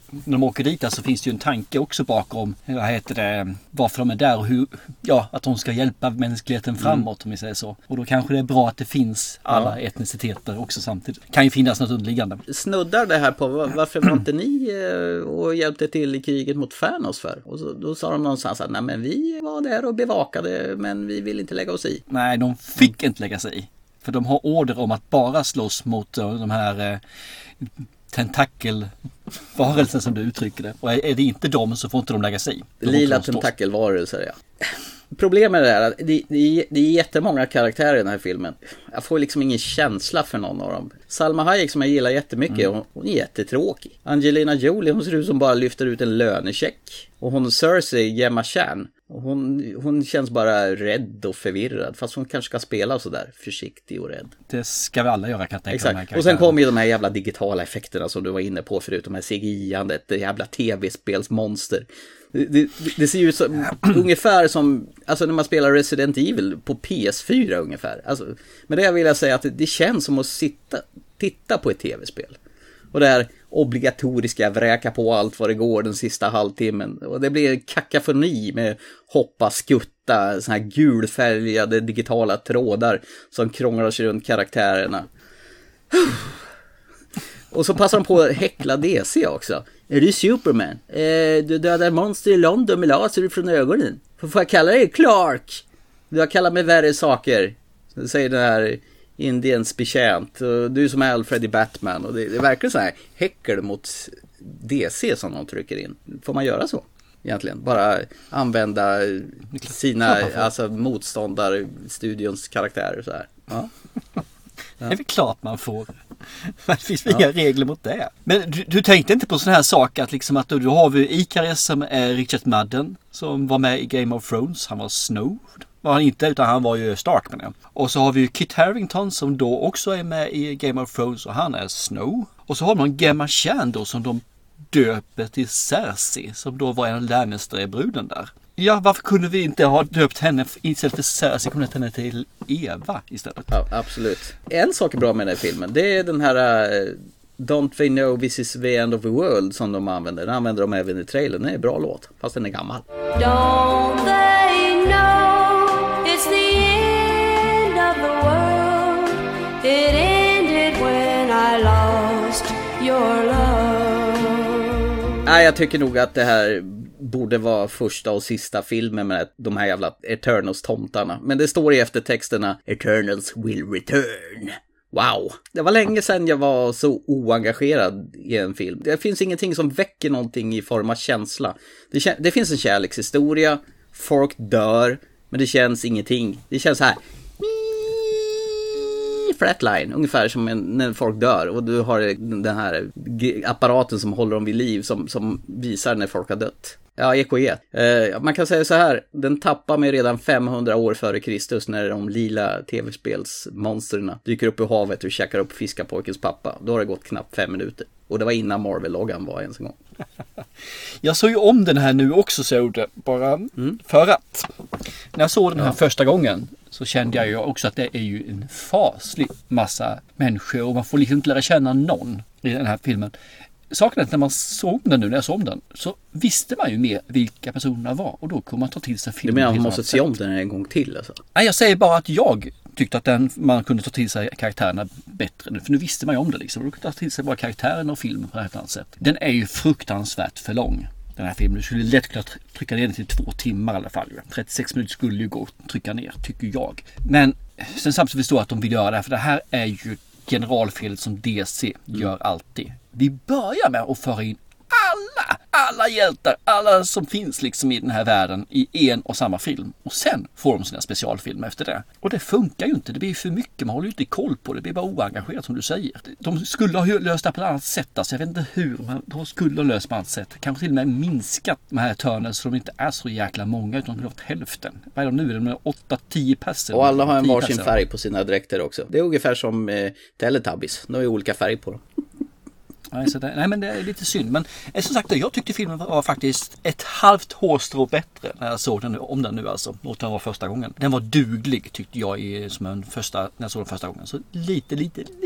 när de åker dit så finns det ju en tanke också bakom, vad heter det, varför de är där och hur, ja, att de ska hjälpa mänskligheten framåt, mm. om vi säger så. Och då kanske det är bra att det finns alla ja. etniciteter också samtidigt. Kan ju finnas något underliggande. Snuddar det här på varför var inte ni och hjälpte till i kriget mot Thanos för? Och så, då sa de någonstans att nej, men vi var där och bevakade, men vi vill inte lägga oss i. Nej, de fick mm. inte lägga sig i. För de har order om att bara slåss mot de här eh, tentakelvarelser som du uttrycker det. Och är det inte dem så får inte de lägga sig i. De Lila tentakelvarelser, ja. Problemet är att det, det, det är jättemånga karaktärer i den här filmen. Jag får liksom ingen känsla för någon av dem. Salma Hayek som jag gillar jättemycket, mm. hon, hon är jättetråkig. Angelina Jolie, hon ser ut som bara lyfter ut en lönecheck. Och hon Cersei, Gemma Chan, hon, hon känns bara rädd och förvirrad. Fast hon kanske ska spela så där försiktig och rädd. Det ska vi alla göra, kan jag tänka. Exakt. Och sen kommer ju de här jävla digitala effekterna som du var inne på förut. De här C G I-andet, det jävla tv-spelsmonster. Det, det, det ser ju ut som, ungefär som alltså när man spelar Resident Evil på P S fyra ungefär. Alltså, men det jag vill säga att det, det känns som att sitta, titta på ett tv-spel. Och det här obligatoriska vräka på allt vad det går den sista halvtimmen. Och det blir kakafoni med hoppa, skutta, såna här gulfärgade digitala trådar som krånglar sig runt karaktärerna. Och så passar de på att häckla D C också. Är du Superman? Eh, du dödar monster i London med laser från ögonen. Får jag kalla dig Clark? Du har kallat mig värre saker. Så säger den här Indiens betjänt. Du som är Alfred i Batman. Och det, det verkar så här häckel mot D C som de trycker in. Får man göra så? Egentligen. Bara använda sina alltså, motståndare, studions karaktärer så här. Ja. Ja. Det är väl klart man får. Det finns inga ja. regler mot det. Men du, du tänkte inte på sån här sak att, liksom att du, du har vi Icarus som är Richard Madden som var med i Game of Thrones. Han var Snow. Var han inte, utan han var ju Stark med det. Och så har vi ju Kit Harington som då också är med i Game of Thrones och han är Snow. Och så har man Gemma Chan då som de döper till Cersei som då var en av Lannister-bruden där. Ja, varför kunde vi inte ha döpt henne istället för Cersei, kunde henne till Eva istället? Ja, absolut. En sak är bra med den här filmen, det är den här uh, Don't They Know This Is The End of the World som de använder. Den använder de även i trailern. Det är en bra låt, fast den är gammal. Don't they know it's the end of the world? It ended when I lost your love. Nej, jag tycker nog att det här borde vara första och sista filmen med de här jävla Eternals-tomtarna. Men det står i eftertexterna Eternals will return. Wow. Det var länge sedan jag var så oengagerad i en film. Det finns ingenting som väcker någonting i form av känsla. Det, kä- det finns en kärlekshistoria. Folk dör. Men det känns ingenting. Det känns här. Flatline, ungefär som en, när folk dör och du har den här apparaten som håller dem vid liv som, som visar när folk har dött. Ja, E K E. Eh, man kan säga så här, den tappar mig redan femhundra år före Kristus när de lila tv-spelsmonsterna dyker upp i havet och käkar upp fiskapojkens pappa. Då har det gått knappt fem minuter. Och det var innan Marvel-loggan var ens en gång. Jag såg ju om den här nu också, så det bara mm. för att. När jag såg den här ja. första gången så kände jag ju också att det är ju en faslig massa människor och man får liksom inte lära känna någon i den här filmen. Saken är att när man såg den nu, när jag såg den, så visste man ju mer vilka personerna var och då kommer man ta till sig filmen. Du menar man måste se om den en gång till alltså? Nej, jag säger bara att jag tyckte att den, man kunde ta till sig karaktärerna bättre nu, för nu visste man ju om det liksom. Och då kunde man ta till sig bara karaktärerna och filmen på ett annat sätt. Den är ju fruktansvärt för lång, den här filmen. Du skulle lätt kunna trycka ner den till två timmar i alla fall. trettiosex minuter skulle ju gå att trycka ner, tycker jag. Men sen samtidigt förstår jag att de vill göra det här, för det här är ju generalfelet som D C gör alltid. Vi börjar med att föra in alla, alla hjältar, alla som finns liksom i den här världen i en och samma film. Och sen får de sina specialfilmer efter det. Och det funkar ju inte, det blir för mycket, man håller ju inte koll på det, det blir bara oengagerat som du säger. De skulle ha löst det på ett annat sätt, alltså jag vet inte hur, men de skulle ha löst på ett annat sätt. Kanske till och med minskat de här törnen så de inte är så jäkla många, utan de har fått hälften. Vad är de nu? De är åtta tio personer. Och alla har en varsin färg på sina dräkter också. Det är ungefär som eh, Teletubbies, de har ju olika färg på dem. Nej, så det, nej, men det är lite synd. Men som sagt, jag tyckte filmen var faktiskt ett halvt hårstrå bättre när jag såg den nu, om den nu alltså, mot den var första gången. Den var duglig tyckte jag i, som en första, när jag såg den första gången. Så lite, lite,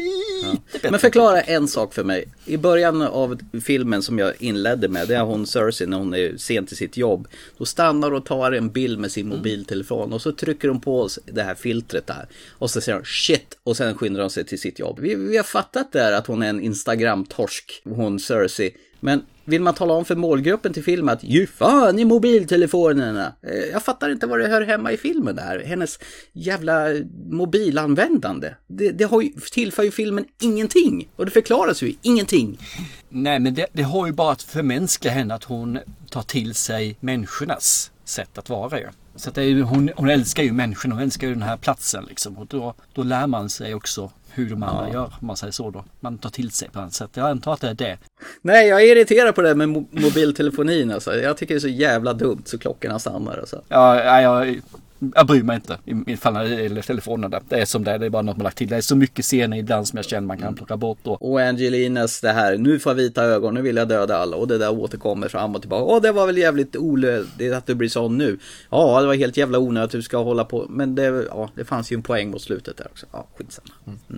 Ja. Men förklara en sak för mig. I början av filmen som jag inledde med, det är hon Cersei när hon är sent till sitt jobb. Då stannar och tar en bild med sin mobiltelefon och så trycker hon på det här filtret där. Och så säger hon shit och sen skyndar hon sig till sitt jobb. Vi, vi har fattat där att hon är en Instagram-torsk, hon Cersei. Men vill man tala om för målgruppen till filmen att ju fan i mobiltelefonerna. Jag fattar inte vad det hör hemma i filmen där. Hennes jävla mobilanvändande. Det, det har ju, tillför ju filmen ingenting. Och det förklaras ju ingenting. Nej, men det, det har ju bara att förmänskliga henne att hon tar till sig människornas sätt att vara ju. Så att det är ju, hon, hon älskar ju människorna, hon älskar ju den här platsen liksom. Och då, då lär man sig också hur de andra ja. gör, om man säger så då. Man tar till sig på ett sätt. Jag antar att det är det. Nej, jag är irriterad på det med mo- mobiltelefonin alltså. Jag tycker det är så jävla dumt så klockorna stannar alltså. Ja, jag, jag bryr mig inte i mitt fall när det gäller telefonen där. Det är som det är, det är bara något man lagt till. Det är så mycket scener ibland som jag känner man kan mm. plocka bort då. Och Angelinas det här, nu får jag vita ögon, nu vill jag döda alla. Och det där återkommer fram och tillbaka. Åh, det var väl jävligt olödigt att du blir sån nu. Ja, det var helt jävla onödigt att du ska hålla på. Men det, ja, det fanns ju en poäng mot slutet där också. Ja, skitsamma. Mm. Mm.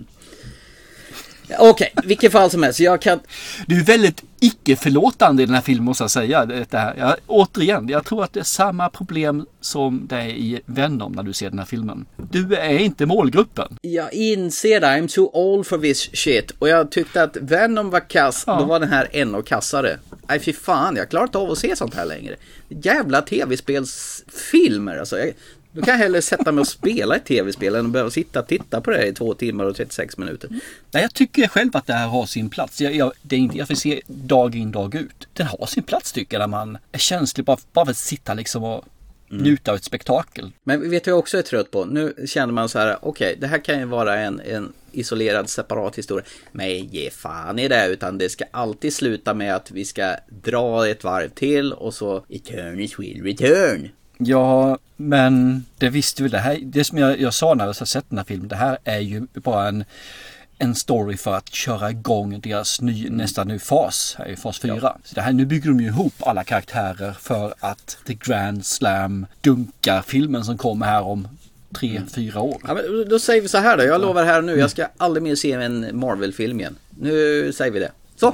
Okej, okay, vilket fall som helst. Jag kan... Du är väldigt icke-förlåtande i den här filmen måste jag säga. Det här. Jag, återigen, jag tror att det är samma problem som det är i Venom när du ser den här filmen. Du är inte målgruppen. Jag inser det, I'm too old for this shit. Och jag tyckte att Venom var kass, ja. Då var den här ännu kassare. Nej fy fan, jag klarar inte av att se sånt här längre. Jävla tv-spelsfilmer alltså. Jag... Du kan hellre sätta mig och spela ett tv-spel än att behöva sitta och titta på det i två timmar och trettiosex minuter. Nej, jag tycker själv att det här har sin plats. Jag, jag, det är inte, jag får se dag in, dag ut. Den har sin plats tycker jag, där man är känslig bara, bara för att sitta liksom och mm. njuta av ett spektakel. Men vet du jag också är trött på? Nu känner man så här, okej, okay, det här kan ju vara en, en isolerad, separat historia. Men ge fan i det, utan det ska alltid sluta med att vi ska dra ett varv till och så Eternity will return. Ja, men det visste väl det här. Det som jag, jag sa när jag har sett den här filmen, det här är ju bara en, en story för att köra igång deras ny, nästa ny fas, här i fas fyra. Ja. Så det här, nu bygger de ju ihop alla karaktärer för att The Grand Slam dunkar filmen som kommer här om tre, mm. fyra år. Ja, men då säger vi så här då, jag lovar här nu, jag ska aldrig mer se en Marvel-film igen. Nu säger vi det. Så!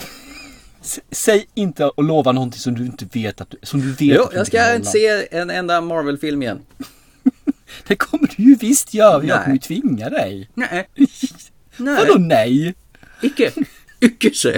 Säg inte och lova någonting som du inte vet att du, som du vet. Jo, att jag ska inte se en enda Marvel-film igen. Det kommer du ju visst göra. Jag kommer ju tvinga dig. Nej. Nej. Vadå nej? Icke. Icke se.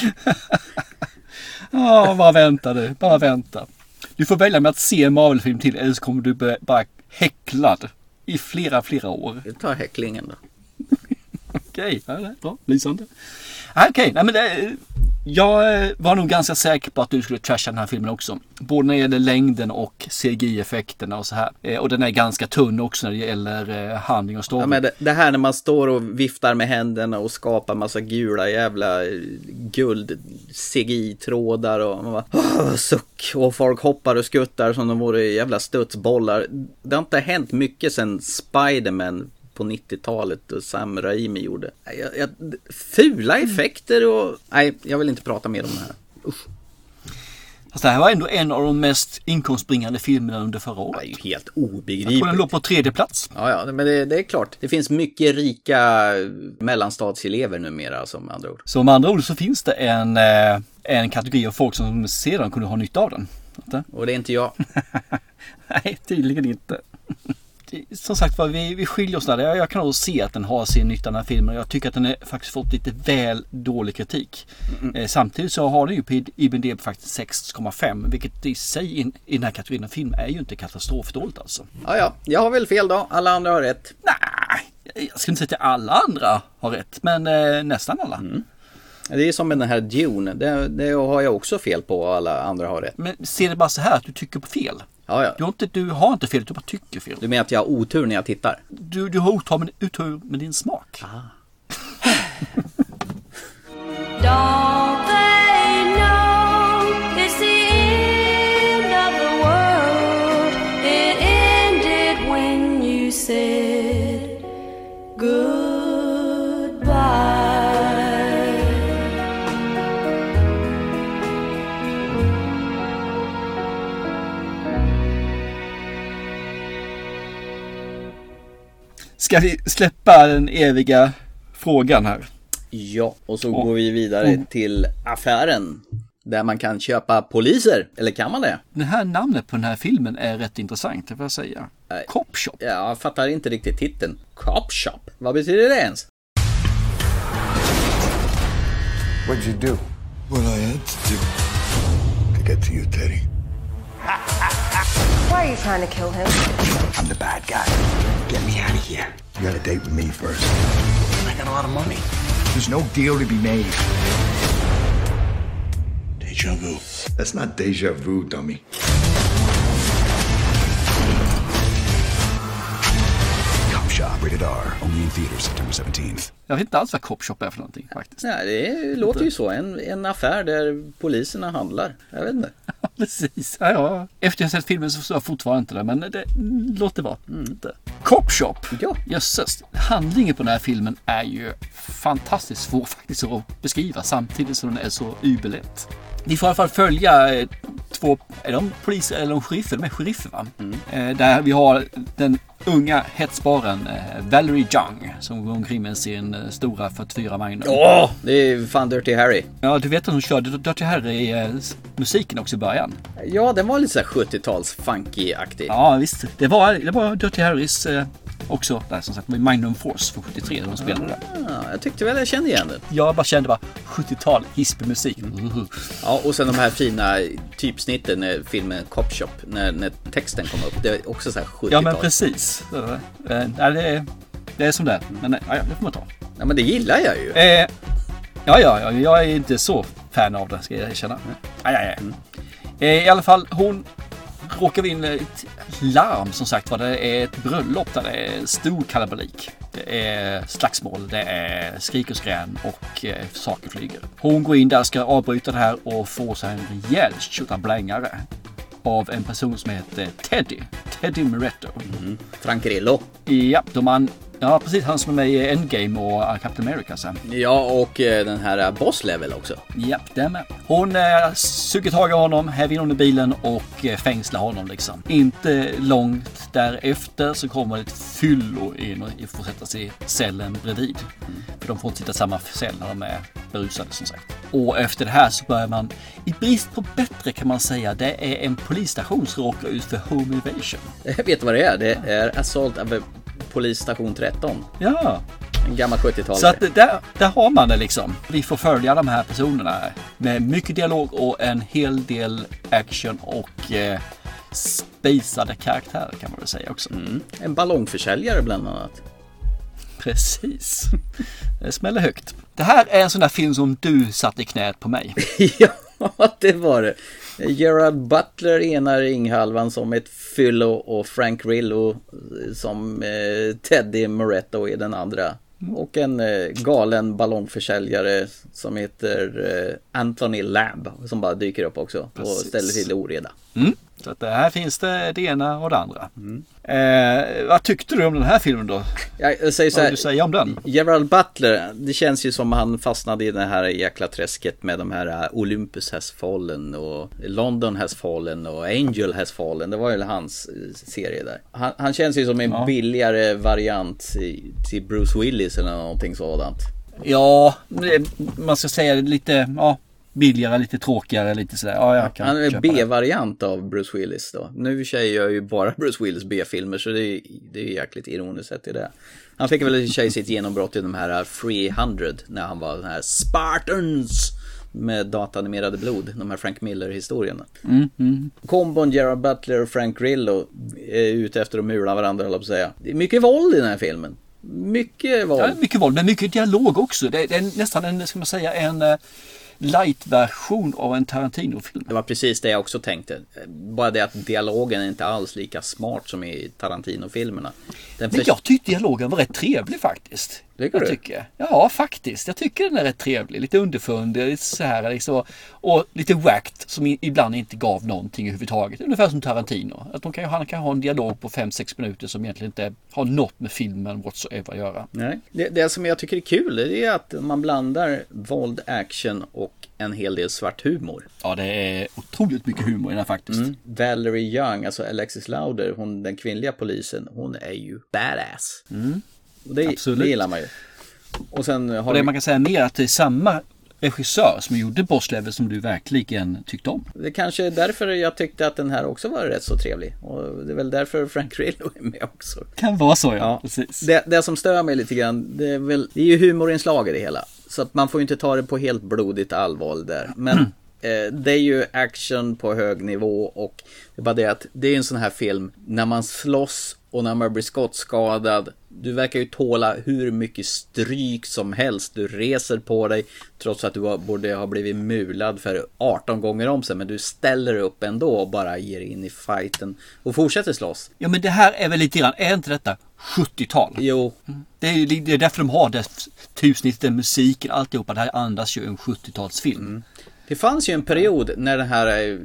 Ja, bara vänta du. Bara vänta. Du får välja med att se en Marvel-film till eller så kommer du bli bara häcklad i flera, flera år. Jag tar häcklingen då. Okej, okay. Ja, bra. Lysande. Okej, okay. Nej men det... Jag var nog ganska säker på att du skulle trasha den här filmen också. Både när det gäller längden och C G I-effekterna och så här. Eh, och den är ganska tunn också när det gäller eh, handling och story. Ja, men det, det här när man står och viftar med händerna och skapar massa gula jävla guld C G I-trådar och man bara, oh, suck. Och folk hoppar och skuttar som de vore jävla studsbollar. Det har inte hänt mycket sedan Spider-Man på nittiotalet och Sam Raimi gjorde. Jag, jag, fula effekter och... Nej, jag vill inte prata mer om det här. Usch. Fast det här var ändå en av de mest inkomstbringande filmerna under förra året. Det är ju helt obegripligt. Jag tror den låg på tredje plats. Ja, ja, men det, det är klart. Det finns mycket rika mellanstadselever numera, som andra ord. Så med andra ord så finns det en, en kategori av folk som sedan kunde ha nytta av den. Och det är inte jag. Nej, tydligen inte. Som sagt var, vi, vi skiljer oss där. Jag, jag kan också se att den har sin nytta den här filmen. Jag tycker att den har faktiskt fått lite väl dålig kritik. Mm. Eh, samtidigt så har den ju på I M D B faktiskt sex komma fem, vilket i sig in, i den här kategorin av film är ju inte katastrofdåligt alltså. Ja, ja. Jag har väl fel då. Alla andra har rätt. Nej, jag ska inte säga att alla andra har rätt, men eh, nästan alla. Mm. Det är som med den här Dune. Det, det har jag också fel på och alla andra har rätt. Men ser det bara så här att du tycker på fel? Ja, ja. Du, har inte, du har inte fel, du bara tycker fel. Du menar att jag har otur när jag tittar? Du, du har otur med, otur med din smak. Ah. Don't they know it's the end of the world? It ended when you said goodbye. Ska vi släppa den eviga frågan här? Ja, och så och, går vi vidare och, till affären. Där man kan köpa poliser, eller kan man det? Det här namnet på den här filmen är rätt intressant, det får jag säga. Äh, Cop Shop. Ja, jag fattar inte riktigt titeln. Cop Shop, vad betyder det ens? What'd you do? What I had to do to get to you, Teddy. Why are you trying to kill him? I'm the bad guy. Get me out of here. You got a date with me first. I got a lot of money. There's no deal to be made. Deja vu. That's not deja vu, dummy. Cop Shop, rated R. Only in theaters September seventeenth. Jag vet inte alls vad Cop Shop är för någonting faktiskt. Nej, det låter ju så. En, en affär där poliserna handlar. Jag vet inte. Precis. Ja, ja. Efter jag sett filmen så står jag fortfarande inte det, men det låter bra. Mm. Cop Shop. Ja. Jösses. Handlingen på den här filmen är ju fantastiskt svår faktiskt att beskriva samtidigt som den är så überlätt. Vi får i alla fall följa eh, två, är de poliser eller de sheriffer? De är sheriffer, va? Mm. Eh, där vi har den unga hetsbaren eh, Valerie Young som går omkring med sin eh, stora fyrtiofyra Magnum. Ja, det är fan Dirty Harry. Ja, du vet att hon körde Dirty Harry eh, musiken också i början. Ja, den var lite så här sjuttio-tals funky-aktig. Ja, visst. Det var, det var Dirty Harrys eh, också där som sagt, Magnum Force för sjuttiotre när de spelade där. Ah, jag tyckte väl jag kände igen det. Jag bara kände bara sjuttiotal hispmusik. Mm. Ja, och sen de här fina typsnitten när filmen Cop Shop, när, när texten kom upp. Det är också så här sjuttiotal. Ja, men precis. Ja, det, är, det är som det är. Men ja, det får man ta. Ja, men det gillar jag ju. Eh, ja, ja, ja, jag är inte så fan av det, ska jag erkänna. Ja, ja, ja. Mm. Eh, I alla fall, hon råkar vi in ett larm, som sagt var. Det är ett bröllop där det är stor kalabalik. Det är slagsmål, det är skrik och skrän och eh, saker flyger. Hon går in där, ska avbryta det här och får sig en rejäl tjottablängare av en person som heter Teddy. Teddy Moretto. Mm. Frank Grillo. Ja, då man, ja, precis, han som är med i Endgame och Captain America sen. Ja, och eh, den här Boss Level också. Ja, det är med. Hon eh, suger tag i honom, häver in under bilen och eh, fängslar honom liksom. Inte långt därefter så kommer ett fyllo in och får sätta sig i cellen bredvid. Mm. För de får inte sitta i samma cell när de är berusade, som sagt. Och efter det här så börjar man, i brist på bättre kan man säga, det är en polisstation som råkar ut för home invasion. Jag vet vad det är. Det är Assault of polisstation tretton. Ja. En gammal sjuttiotalare. Så att där, där har man det liksom. Vi får följa de här personerna med mycket dialog och en hel del action och eh, spejsade karaktärer kan man väl säga också. Mm. En ballongförsäljare bland annat. Precis. Det smäller högt. Det här är en sån där film som du satt i knät på mig. Ja, det var det. Gerard Butler ena ringhalvan som ett fyllo och Frank Grillo som eh, Teddy Moretto är den andra. Och en eh, galen ballongförsäljare som heter eh, Anthony Lamb som bara dyker upp också. Precis. Och ställer till oreda. Mm. Så att här finns det det ena och det andra. Mm. Eh, vad tyckte du om den här filmen då? Jag säger så här, vad du säger om den? Gerard Butler, det känns ju som han fastnade i det här jäkla träsket med de här Olympus Has Fallen och London Has Fallen och Angel Has Fallen. Det var ju hans serie där. Han, han känns ju som en ja. billigare variant till Bruce Willis eller någonting sådant. Ja, man ska säga lite, ja, billigare, lite tråkigare, lite sådär. Ja, jag kan han är B-variant av Bruce Willis då. Nu i sig gör ju bara Bruce Willis B-filmer, så det är, det är jäkligt ironiskt sett i det. Han fick väl i sig sitt genombrott i de här trehundra när han var den här Spartans med datanimerade blod, de här Frank Miller-historierna. Mm, mm. Kombon Gerard Butler och Frank Grillo är ute efter att mula varandra, eller på att säga. Det är mycket våld i den här filmen. Mycket våld. Ja, mycket våld, men mycket dialog också. Det är, det är nästan en, ska man säga, en light-version av en Tarantino-film. Det var precis det jag också tänkte. Bara det att dialogen är inte alls lika smart som i Tarantino-filmerna. Den för... Jag tyckte dialogen var rätt trevlig faktiskt. Tycker jag du? Tycker. Ja, faktiskt. Jag tycker den är rätt trevlig. Lite underfundig, lite så här liksom, och lite whacked som ibland inte gav någonting överhuvudtaget. Ungefär som Tarantino. Att de kan, han kan ha en dialog på fem sex minuter som egentligen inte har något med filmen whatsoever att göra. Nej. Det, det som jag tycker är kul är att man blandar våld, action och en hel del svart humor. Ja, det är otroligt mycket humor i den här faktiskt. Mm. Valerie Young, alltså Alexis Lauder, hon, den kvinnliga polisen, hon är ju badass. Mm. Och det, det gillar man ju. Och sen har och det vi... man kan säga mer att det är samma regissör som gjorde Boss Level som du verkligen tyckte om. Det kanske är därför jag tyckte att den här också var rätt så trevlig. Och det är väl därför Frank Grillo är med också. Kan vara så, ja. ja. Precis. Det, det som stör mig lite grann, det är, väl, det är ju humorinslag i det hela. Så att man får ju inte ta det på helt blodigt allvar där. Men eh, det är ju action på hög nivå och det är bara det att det är en sån här film när man slåss och när man blir skottskadad. Du verkar ju tåla hur mycket stryk som helst. Du reser på dig trots att du borde ha blivit mulad för arton gånger om sig. Men du ställer upp ändå och bara ger in i fighten och fortsätter slåss. Ja, men det här är väl lite grann, är inte detta sjuttiotal? Jo. Det är ju det är därför de har det tusnitten, musiken, alltihopa. Det här andas ju en sjuttiotalsfilm. Mm. Det fanns ju en period när den här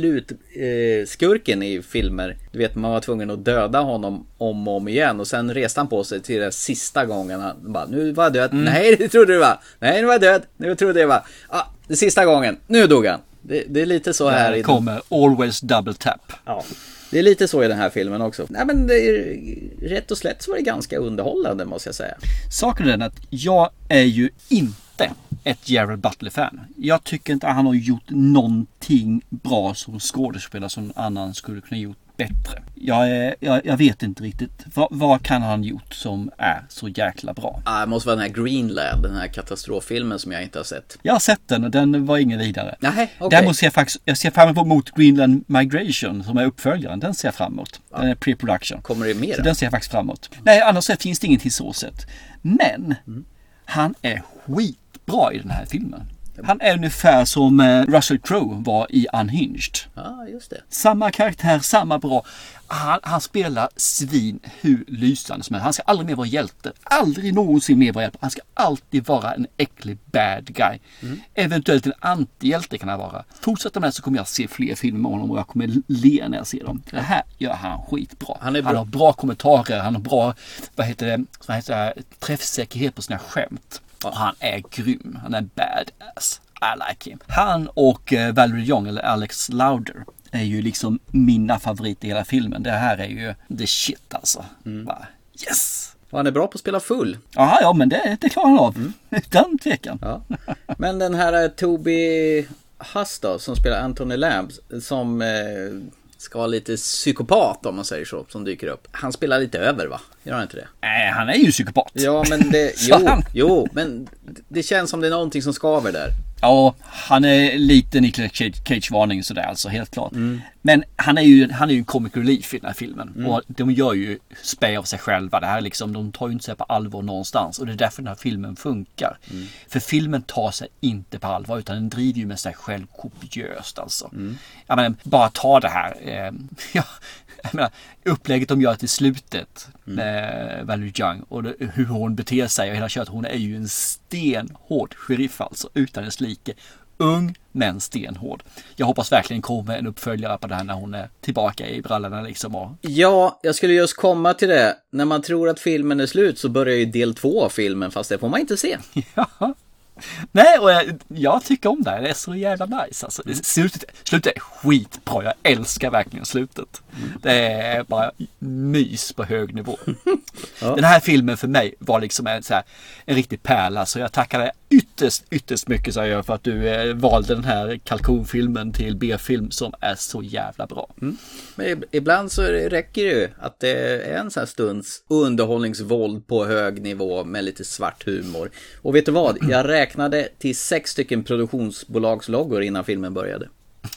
slutskurken eh, i filmer, du vet, man var tvungen att döda honom om och om igen och sen reste han på sig till den sista gången. Han bara, nu var jag död. Mm. Nej, det trodde du var. Nej, nu var jag död. Nu trodde jag var. Ah, det sista gången. Nu dog han. Det, det är lite så här. Det kommer den... always double tap. Ja. Det är lite så i den här filmen också. Nej, men det är, rätt och slätt så var det ganska underhållande, måste jag säga. Saken är den att jag är ju inte ett Gerard Butler-fan. Jag tycker inte att han har gjort någonting bra som skådespelare som någon annan skulle kunna gjort bättre. Jag, är, jag, jag vet inte riktigt. Vad, vad kan han gjort som är så jäkla bra? Ah, det måste vara den här Greenland, den här katastroffilmen som jag inte har sett. Jag har sett den och den var ingen vidare. Nej, okay. Däremot ser jag faktiskt jag ser fram emot Greenland Migration som är uppföljaren. Den ser jag fram emot. Den är pre-production. Kommer det mer? Så den ser jag faktiskt fram emot. Nej, annars finns det ingenting så sett. Men mm. han är skitbra i den här filmen. Han är ungefär som Russell Crowe var i Unhinged. Ja, just det. Samma karaktär, samma bra. Han, han spelar svin hur lysande som helst. Han ska aldrig mer vara hjälte. Aldrig någonsin mer vara hjälte. Han ska alltid vara en äcklig bad guy. Mm. Eventuellt en antihjälte kan han vara. Fortsätter med det så kommer jag se fler filmer med honom och jag kommer le när jag ser dem. Det här gör han skitbra. Han, är bra. Han har bra kommentarer. Han har bra, vad heter det, vad heter det, träffsäkerhet på sina skämt. Och han är grym. Han är badass. I like him. Han och uh, Valerie Young eller Alex Lauder är ju liksom mina favoriter i hela filmen. Det här är ju the shit alltså. Mm. Bara, yes! Och han är bra på att spela full. Aha, ja, men det, det klarar han av. Mm. Utan tvekan. Ja. Men den här uh, Toby Huss då, som spelar Anthony Lamb, som uh, ska vara lite psykopat om man säger så, som dyker upp. Han spelar lite över, va? Gör han inte det? Nej, han är ju psykopat. Ja, men det, jo, jo, men det känns som det är någonting som skaver där. Ja, han är lite Nicolas Cage-varning sådär, alltså helt klart. Mm. Men han är ju han är ju en comic relief i den här filmen. Mm. Och de gör ju spä av sig själva. Det här liksom, de tar ju inte sig på allvar någonstans. Och det är därför den här filmen funkar. Mm. För filmen tar sig inte på allvar, utan den driver ju med sig själv kopiöst alltså. Mm. Jag menar, bara ta det här. Eh, ja, jag menar, upplägget de gör till slutet mm. med Valerie Young och det, hur hon beter sig och hela köret. Hon är ju en stenhård sheriff alltså, utan dess like. Ung men stenhård. Jag hoppas verkligen kommer en uppföljare på det här när hon är tillbaka i brallorna liksom. Och... Ja, jag skulle just komma till det. När man tror att filmen är slut så börjar ju del två av filmen, fast det får man inte se. Ja. Nej, och jag, jag tycker om det. Det är så jävla nice. Alltså, slutet, slutet är skitbra. Jag älskar verkligen slutet. Det är bara mys på hög nivå. Ja. Den här filmen för mig var liksom en, så här, en riktig pärla. Så jag tackar dig ytterst, ytterst mycket så jag, för att du eh, valde den här kalkonfilmen till B-film som är så jävla bra. Mm. Men ibland så räcker det ju att det är en sån här stunds underhållningsvåld på hög nivå med lite svart humor. Och vet du vad? Jag räknade till sex stycken produktionsbolagsloggor innan filmen började.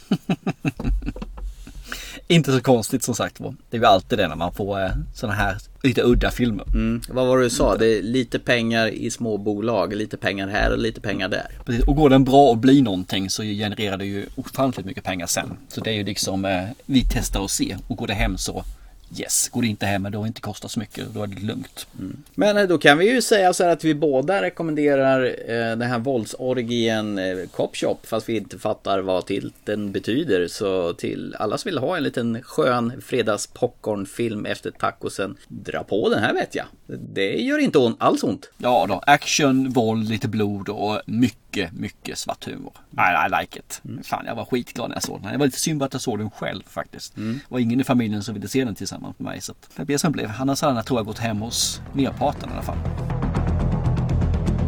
Inte så konstigt som sagt. Det är ju alltid det när man får eh, såna här lite udda filmer. Mm. Vad var det du sa? Det är lite pengar i små bolag, lite pengar här och lite pengar där. Precis. Och går den bra och blir någonting så genererar det ju ofantligt mycket pengar sen. Så det är ju liksom, eh, vi testar och ser. Och går det hem så yes, går det inte hem men då inte kostar så mycket, då är det lugnt. Mm. Men då kan vi ju säga så här att vi båda rekommenderar eh, den här våldsorgien eh, Cop Shop, fast vi inte fattar vad titeln betyder. Så till alla som vill ha en liten skön fredags popcornfilm efter tacosen, dra på den här vet jag. Det gör inte on- alls ont. Ja då, action, våld, lite blod och mycket, mycket svart humor. I, I like it. Mm. Fan, jag var skitglad när jag såg den. Jag var lite synd att jag såg den själv faktiskt. Mm. Det var ingen i familjen som ville se den tillsammans med mig. Så det blev som blev. Annars hade jag tror jag gått hem hos merparten i alla fall.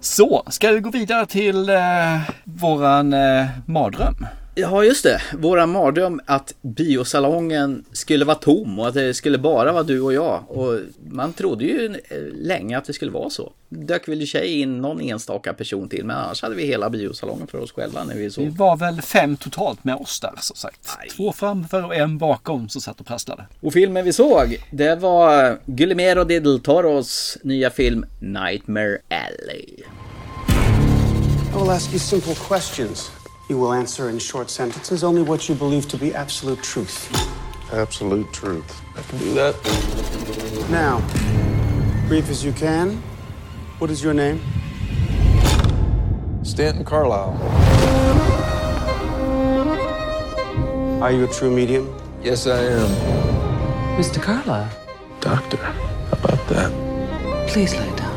Så, ska vi gå vidare till eh, våran eh, mardröm? Ja, just det. Våra mardröm att biosalongen skulle vara tom och att det skulle bara vara du och jag. Och man trodde ju länge att det skulle vara så. Dök väl i sig in någon enstaka person till, men annars hade vi hela biosalongen för oss själva när vi såg. Vi var väl fem totalt med oss där, så sagt. Nej. Två framför och en bakom som satt och prasslade. Och filmen vi såg, det var Guillermo del Toros nya film Nightmare Alley. I will ask you simple questions. You will answer in short sentences only what you believe to be absolute truth. Absolute truth. I can do that. Now, brief as you can. What is your name? Stanton Carlisle. Are you a true medium? Yes, I am. Mister Carlisle. Doctor, how about that? Please lay down.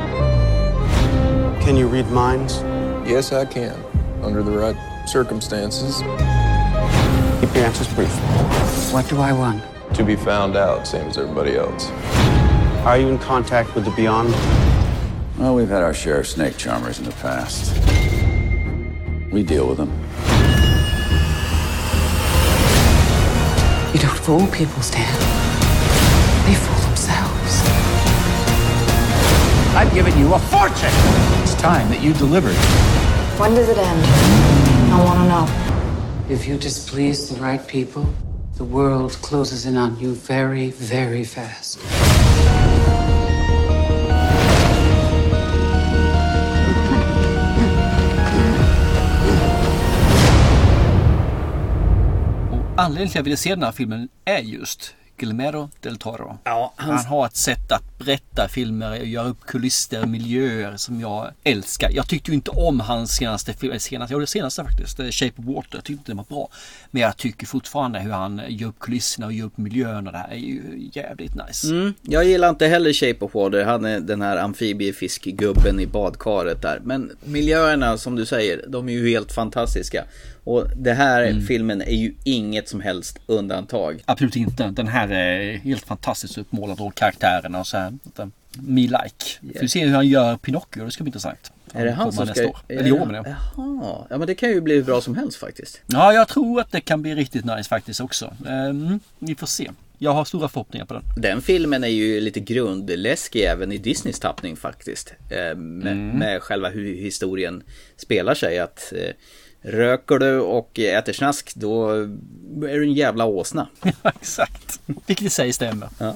Can you read minds? Yes, I can. Under the right circumstances. Keep your answers brief. What do I want? To be found out, same as everybody else. Are you in contact with the beyond? Well, we've had our share of snake charmers in the past. We deal with them. You don't fool people, Stan. They fool themselves. I've given you a fortune. It's time that you delivered. When does it end? I want to know. If you displease the right people, the world closes in on you very, very fast. Anledningen till att jag ville se den här filmen är just Guillermo del Toro. Ja, hans... Han har ett sätt att berätta filmer och göra upp kulisser och miljöer som jag älskar. Jag tyckte ju inte om hans senaste film, senaste, ja, det senaste faktiskt, Shape of Water. Jag tyckte inte det var bra. Men jag tycker fortfarande hur han gör upp kulisserna och gör upp miljöerna. Det här är ju jävligt nice. Mm, jag gillar inte heller Shape of Water. Han är den här amfibiefiskgubben i badkaret där. Men miljöerna, som du säger, de är ju helt fantastiska. Och det här mm. filmen är ju inget som helst undantag. Absolut inte. Den här är helt fantastiskt uppmålad och karaktärerna och så här. Me like. Yeah. Vi ser hur han gör Pinocchio, det ska bli intressant. Är det han som ska... År. Eller i år med det. Jaha. Ja, men det kan ju bli hur bra som helst faktiskt. Ja, jag tror att det kan bli riktigt nice faktiskt också. Mm, vi får se. Jag har stora förhoppningar på den. Den filmen är ju lite grundläskig även i Disneys tappning faktiskt. Eh, med, mm. med själva hur historien spelar sig. Att... Eh, röker du och äter snask, då är du en jävla åsna. Ja, exakt. Vilket i sig stämmer. Ja.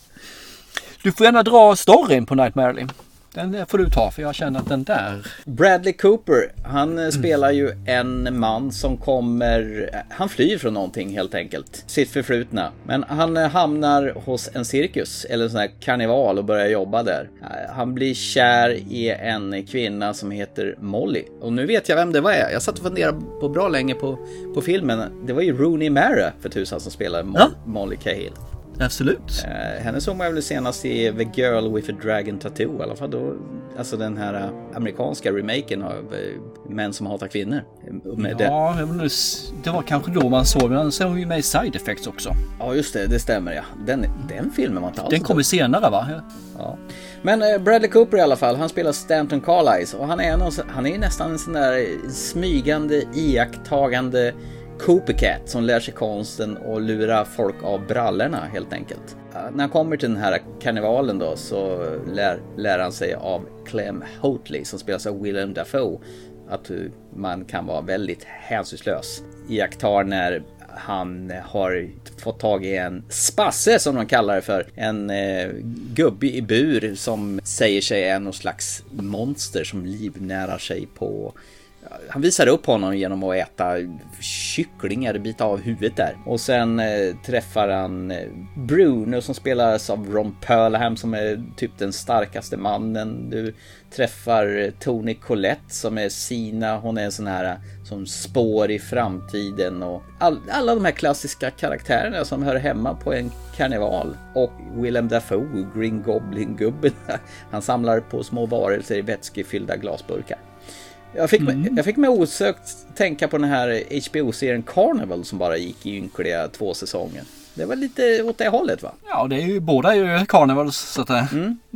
Du får gärna dra storyn på Nightmare Alley. Den får du ta, för jag känner att den där... Bradley Cooper, han mm. spelar ju en man som kommer... Han flyr från någonting helt enkelt. Sitt förflutna. Men han hamnar hos en cirkus, eller en sån här karneval, och börjar jobba där. Han blir kär i en kvinna som heter Molly. Och nu vet jag vem det var. Jag satt och funderade på bra länge på, på filmen. Det var ju Rooney Mara för tusan som spelar Mo- ja. Molly Cahill. Absolut. Eh, henne såg man väl senast i The Girl with a Dragon Tattoo i alla fall då, alltså den här uh, amerikanska remaken av uh, Män som hatar kvinnor. Med ja, det. det var kanske då man såg, men den såg ju med i Side Effects också. Ja, just det, det stämmer ja. Den, den filmen var inte alls. Den kommer senare va? Ja. Ja. Men uh, Bradley Cooper i alla fall, han spelar Stanton Carlisle och han är, någon, han är nästan en sån där smygande, iakttagande Copycat som lär sig konsten och lura folk av brallorna helt enkelt. Uh, när han kommer till den här karnevalen då så lär, lär han sig av Clem Hotley som spelas av Willem Dafoe att uh, man kan vara väldigt hänsynslös. Iakttar när han har fått tag i en spasse som de kallar det för. En eh, gubbe i bur som säger sig är någon slags monster som livnärar sig på... Han visar upp honom genom att äta kycklingar, bita av huvudet där. Och sen eh, träffar han eh, Bruno som spelas av Ron Perlham som är typ den starkaste mannen. Du träffar eh, Toni Collette som är Sina. Hon är en sån här som spår i framtiden. Och all, alla de här klassiska karaktärerna som hör hemma på en karneval. Och Willem Dafoe, Green Goblin-gubben. Han samlar på små varelser i vätskefyllda glasburkar. Jag fick, mm. jag fick mig osökt tänka på den här H B O-serien Carnival som bara gick i ynkliga två säsonger. Det var lite åt det hållet va? Ja, det är ju båda är ju Carnival så att det... Mm.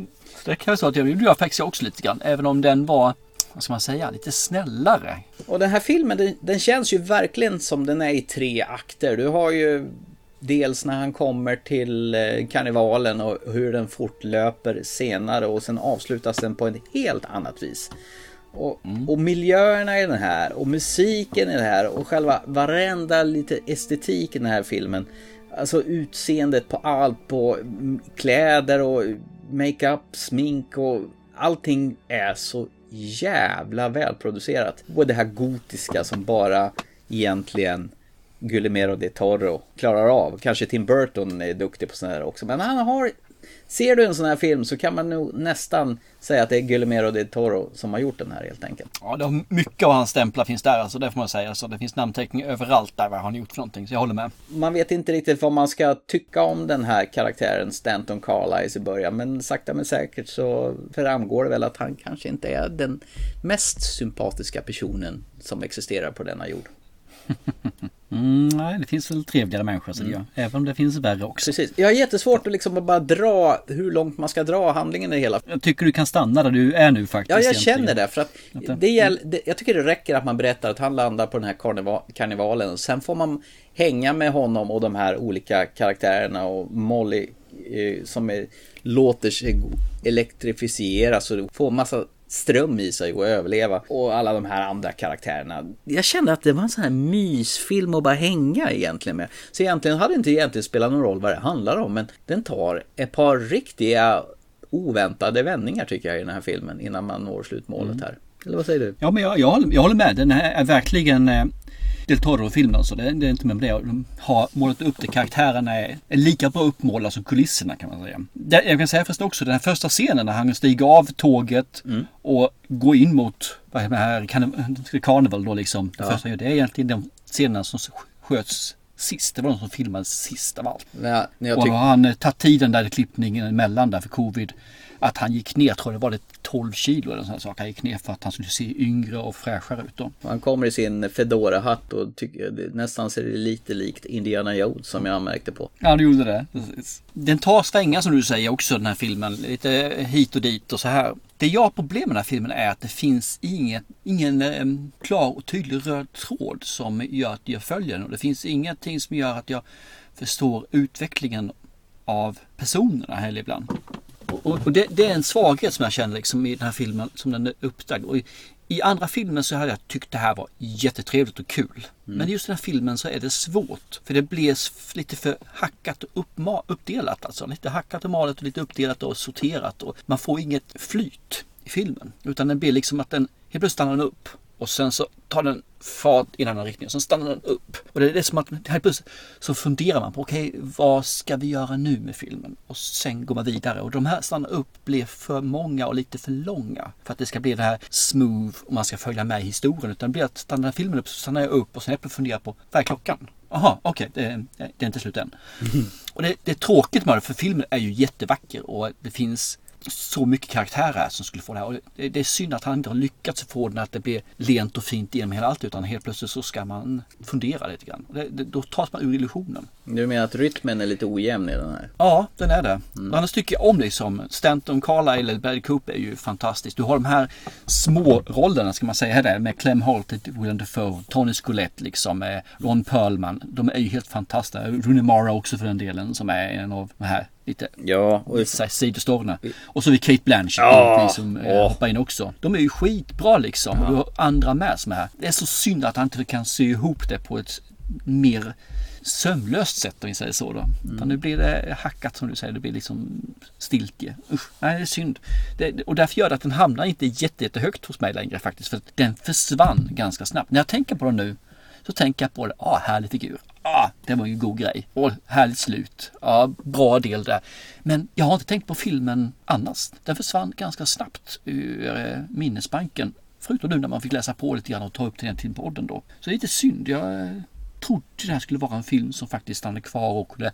Det kan jag säga att jag gjorde faktiskt också lite grann. Även om den var, vad ska man säga, lite snällare. Och den här filmen, den, den känns ju verkligen som den är i tre akter. Du har ju dels när han kommer till karnevalen och hur den fortlöper senare. Och sen avslutas den på ett helt annat vis. Och, mm. och miljöerna i den här och musiken i den här och själva varenda lite estetik i den här filmen. Alltså utseendet på allt, på kläder och makeup, smink och allting är så jävla välproducerat. Och det här gotiska som bara egentligen Guillermo del Toro klarar av. Kanske Tim Burton är duktig på sån här också. Men han har... Ser du en sån här film så kan man nog nästan säga att det är Guillermo del Toro som har gjort den här helt enkelt. Ja, det har mycket av hans stämplar finns där, alltså det får man säga. Så det finns namnteckning överallt där vad han har gjort för någonting, så jag håller med. Man vet inte riktigt vad man ska tycka om den här karaktären Stanton Carlisle i början, men sakta men säkert så framgår det väl att han kanske inte är den mest sympatiska personen som existerar på denna jord. Mm, nej, det finns väl trevligare människor så mm. ja. Även om det finns värre också. Precis. Jag har jättesvårt att liksom bara dra hur långt man ska dra handlingen i det hela. Jag tycker du kan stanna där du är nu faktiskt. Ja, jag egentligen. känner det för att det gäll, det, jag tycker det räcker att man berättar att han landar på den här karneval, karnevalen och sen får man hänga med honom och de här olika karaktärerna och Molly eh, som är, låter sig elektrifiera så du får massa ström i sig och överleva och alla de här andra karaktärerna. Jag kände att det var en sån här mysfilm att bara hänga egentligen med. Så egentligen hade det inte egentligen spelat någon roll vad det handlar om, men den tar ett par riktiga oväntade vändningar tycker jag i den här filmen innan man når slutmålet mm. här. Eller vad säger du? Ja, men jag, jag, håller, jag håller med. Den här är verkligen eh, Del Toro-filmen, så det, det är inte med det. De har målat upp det. Karaktärerna är, är lika bra uppmålade som kulisserna kan man säga. Det, jag kan säga först också, den här första scenen när han stiger av tåget mm. och går in mot vad är det här karneval då liksom. Ja. Det första, det är egentligen de scenerna som sköts sist. Det var de som filmades sist av allt. Ja, och tyck- han tagit tiden där i klippningen emellan där för covid. Att han gick ner, tror jag det var det tolv kilo eller sån sak. Han gick ner för att han skulle se yngre och fräschare ut då. Han kommer i sin Fedora-hatt och tycker det, nästan ser det lite likt Indiana Jones som jag märkte på. Ja, det gjorde det. Den tar svängar som du säger också den här filmen. Lite hit och dit och så här. Det jag har problem med den här filmen är att det finns ingen, ingen eh, klar och tydlig röd tråd som gör att jag följer den. Och det finns ingenting som gör att jag förstår utvecklingen av personerna heller ibland. Och, och det, det är en svaghet som jag känner liksom i den här filmen som den är uppdagd. Och i, i andra filmer så hade jag tyckt det här var jättetrevligt och kul. Mm. Men just den här filmen så är det svårt. För det blir lite för hackat och uppma- uppdelat. Alltså. Lite hackat och malet och lite uppdelat och sorterat. Och man får inget flyt i filmen. Utan den blir liksom att den helt plötsligt stannar den upp. Och sen så tar den fart i en annan riktning och sen stannar den upp. Och det är det som att helt plötsligt så funderar man på okej, okay, vad ska vi göra nu med filmen? Och sen går man vidare. Och de här stannar upp blir för många och lite för långa. För att det ska bli det här smooth och man ska följa med i historien. Utan det blir att stannar filmen upp så stannar jag upp och sen jag funderar på vad är klockan? Jaha, okej, okay, det, det är inte slut än. Mm. Och det, det är tråkigt med det för filmen är ju jättevacker och det finns så mycket karaktärer här som skulle få det här. Och det, det är synd att han inte har lyckats få den att det blir lent och fint genom hela allt utan helt plötsligt så ska man fundera lite grann. Det, det, då tas man ur illusionen. Du menar att rytmen är lite ojämn i den här? Ja, den är det. Mm. Annars tycker jag om det som Stanton Carlisle eller Bradley Cooper är ju fantastiskt. Du har de här små rollerna ska man säga här där, med Clem Holt, Willem Dafoe, Tony Scollett liksom, Ron Perlman. De är ju helt fantastiska. Rooney Mara också för den delen som är en av de här lite ja, och sidostorna. Och så har vi Cate Blanchett ja, som oh. hoppar in också. De är ju skitbra liksom. Ja. Och du har andra med som är här. Det är så synd att han inte kan sy ihop det på ett mer sömlöst sätt om vi säger så då. Mm. Utan nu blir det hackat som du säger. Det blir liksom stiltje. Usch, nej det är synd. Det, och därför gör det att den hamnar inte jätte, jättehögt hos mig längre faktiskt. För den försvann ganska snabbt. När jag tänker på den nu så tänker jag på det. Ah, härlig figur. Ah, det var ju en god grej. Och härligt slut. Ja, bra del där. Men jag har inte tänkt på filmen annars. Den försvann ganska snabbt ur eh, minnesbanken. Förutom nu när man fick läsa på lite grann och ta upp den till podden då. Så det är lite synd. Jag eh, trodde det här skulle vara en film som faktiskt stannade kvar och kunde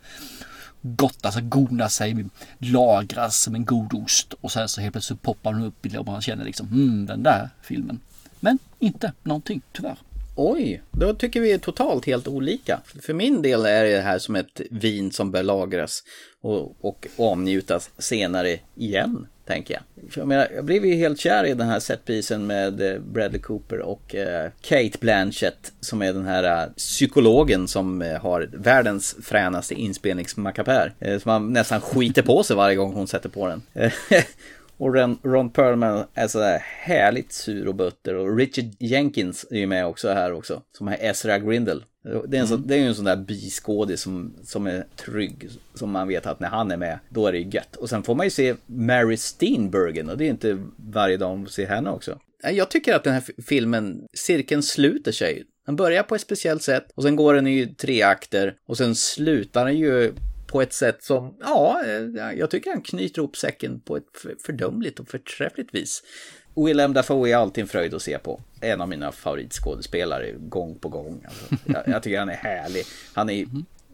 gotta, alltså gona sig, lagras som en god ost. Och sen så helt plötsligt poppar den upp och man känner liksom, hmm, den där filmen. Men inte någonting, tyvärr. Oj, då tycker vi är totalt helt olika. För min del är det här som ett vin som bör lagras och, och avnjutas senare igen. tänker jag. Jag menar, jag blev ju helt kär i den här setpisen med Bradley Cooper och eh, Kate Blanchett som är den här uh, psykologen som uh, har världens fränaste inspelningsmakapär. Uh, som man nästan skiter på sig varje gång hon sätter på den. Och Ron, Ron Perlman är så där härligt sur och butter. Och Richard Jenkins är ju med också här också. Som är Ezra Grindle. Det är, en så, mm. det är ju en sån där biskådis som, som är trygg. Som man vet att när han är med, då är det gött. Och sen får man ju se Mary Steenburgen. Och det är inte varje dag man ser henne också. Jag tycker att den här filmen, cirkeln sluter sig. Den börjar på ett speciellt sätt. Och sen går den i tre akter. Och sen slutar den ju på ett sätt som, ja, jag tycker han knyter ihop säcken på ett fördömligt och förträffligt vis. Willem Dafoe är alltid en fröjd att se på. En av mina favoritskådespelare gång på gång. Alltså, jag, jag tycker han är härlig. Han är,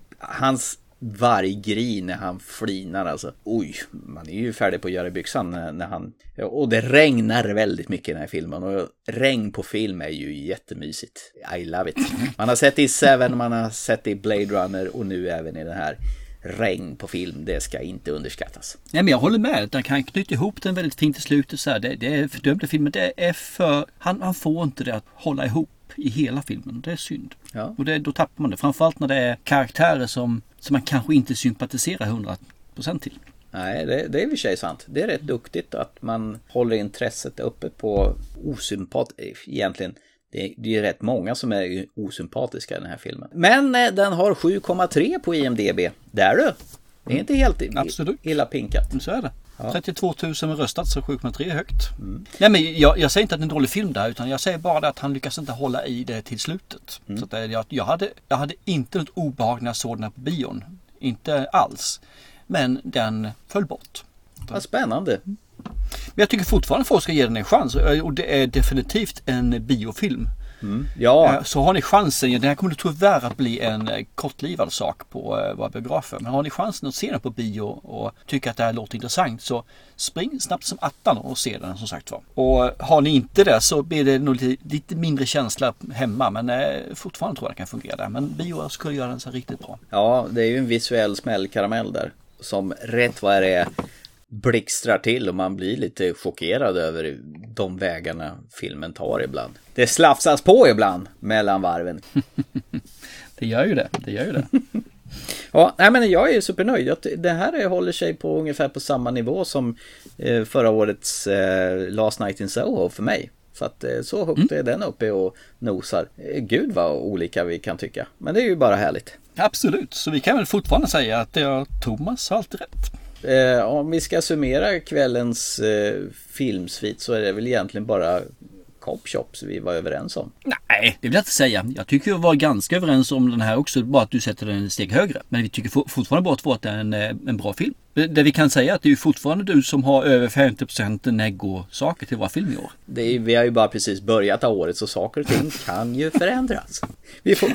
hans varggrin när han flinar alltså. Oj, man är ju färdig på att göra byxan när, när han... Och det regnar väldigt mycket i den här filmen. Och regn på film är ju jättemysigt. I love it. Man har sett det i Seven, man har sett det i Blade Runner och nu även i den här. Regn på film, det ska inte underskattas. Ja, men jag håller med, den kan knyta ihop den väldigt fint i slutet så här. Det, det är fördömda filmen, det är för han, han får inte det att hålla ihop i hela filmen, det är synd. Ja. Och det, då tappar man det, framförallt när det är karaktärer som, som man kanske inte sympatiserar hundra procent till. Nej, det, det är i och för sig sant. Det är rätt duktigt att man håller intresset uppe på osympat egentligen. Det är, det är rätt många som är osympatiska i den här filmen. Men eh, den har sju komma tre på I M D B. Där du. Det är inte helt i, Absolut. illa pinkat. Så är det. Ja. trettiotvå tusen röstat, så sju komma tre är högt. Mm. Nej, men jag, jag säger inte att det är en dålig film där, utan jag säger bara att han lyckas inte hålla i det till slutet. Mm. Så att, jag, jag, hade, jag hade inte något obehag när jag såg den här på bion. Inte alls. Men den föll bort. Vad spännande. Men jag tycker fortfarande folk ska ge den en chans. Och det är definitivt en biofilm. Mm. Ja. Så har ni chansen, det här kommer tyvärr att bli en kortlivad sak på våra biografer. Men har ni chansen att se den på bio och tycker att det här låter intressant, så spring snabbt som attan och se den, som sagt var. Och har ni inte det, så blir det nog lite, lite mindre känsla hemma. Men fortfarande tror jag det kan fungera där. Men bio skulle göra den så riktigt bra. Ja, det är ju en visuell smällkaramell där. Som rätt vad det är blixtrar till och man blir lite chockerad över de vägarna filmen tar ibland. Det slafsas på ibland mellan varven. Det gör ju det, det gör ju det. Ja, nej, men jag är supernöjd. Det här håller sig på ungefär på samma nivå som eh, förra årets eh, Last Night in Soho för mig. Så att eh, så högt är den uppe och nosar. Eh, Gud vad olika vi kan tycka. Men det är ju bara härligt. Absolut, så vi kan väl fortfarande säga att jag, Thomas har alltid rätt. Eh, om vi ska summera kvällens eh, filmsvit, så är det väl egentligen bara Cop Shops vi var överens om. Nej, det vill jag inte säga. Jag tycker vi var ganska överens om den här också, bara att du sätter den en steg högre. Men vi tycker fortfarande bara två att det är en, en bra film. Det vi kan säga är att det är fortfarande du som har över femtio procent neggo-saker till våra film i år. Det är, vi har ju bara precis börjat av året, så saker och ting kan ju förändras. Vi får...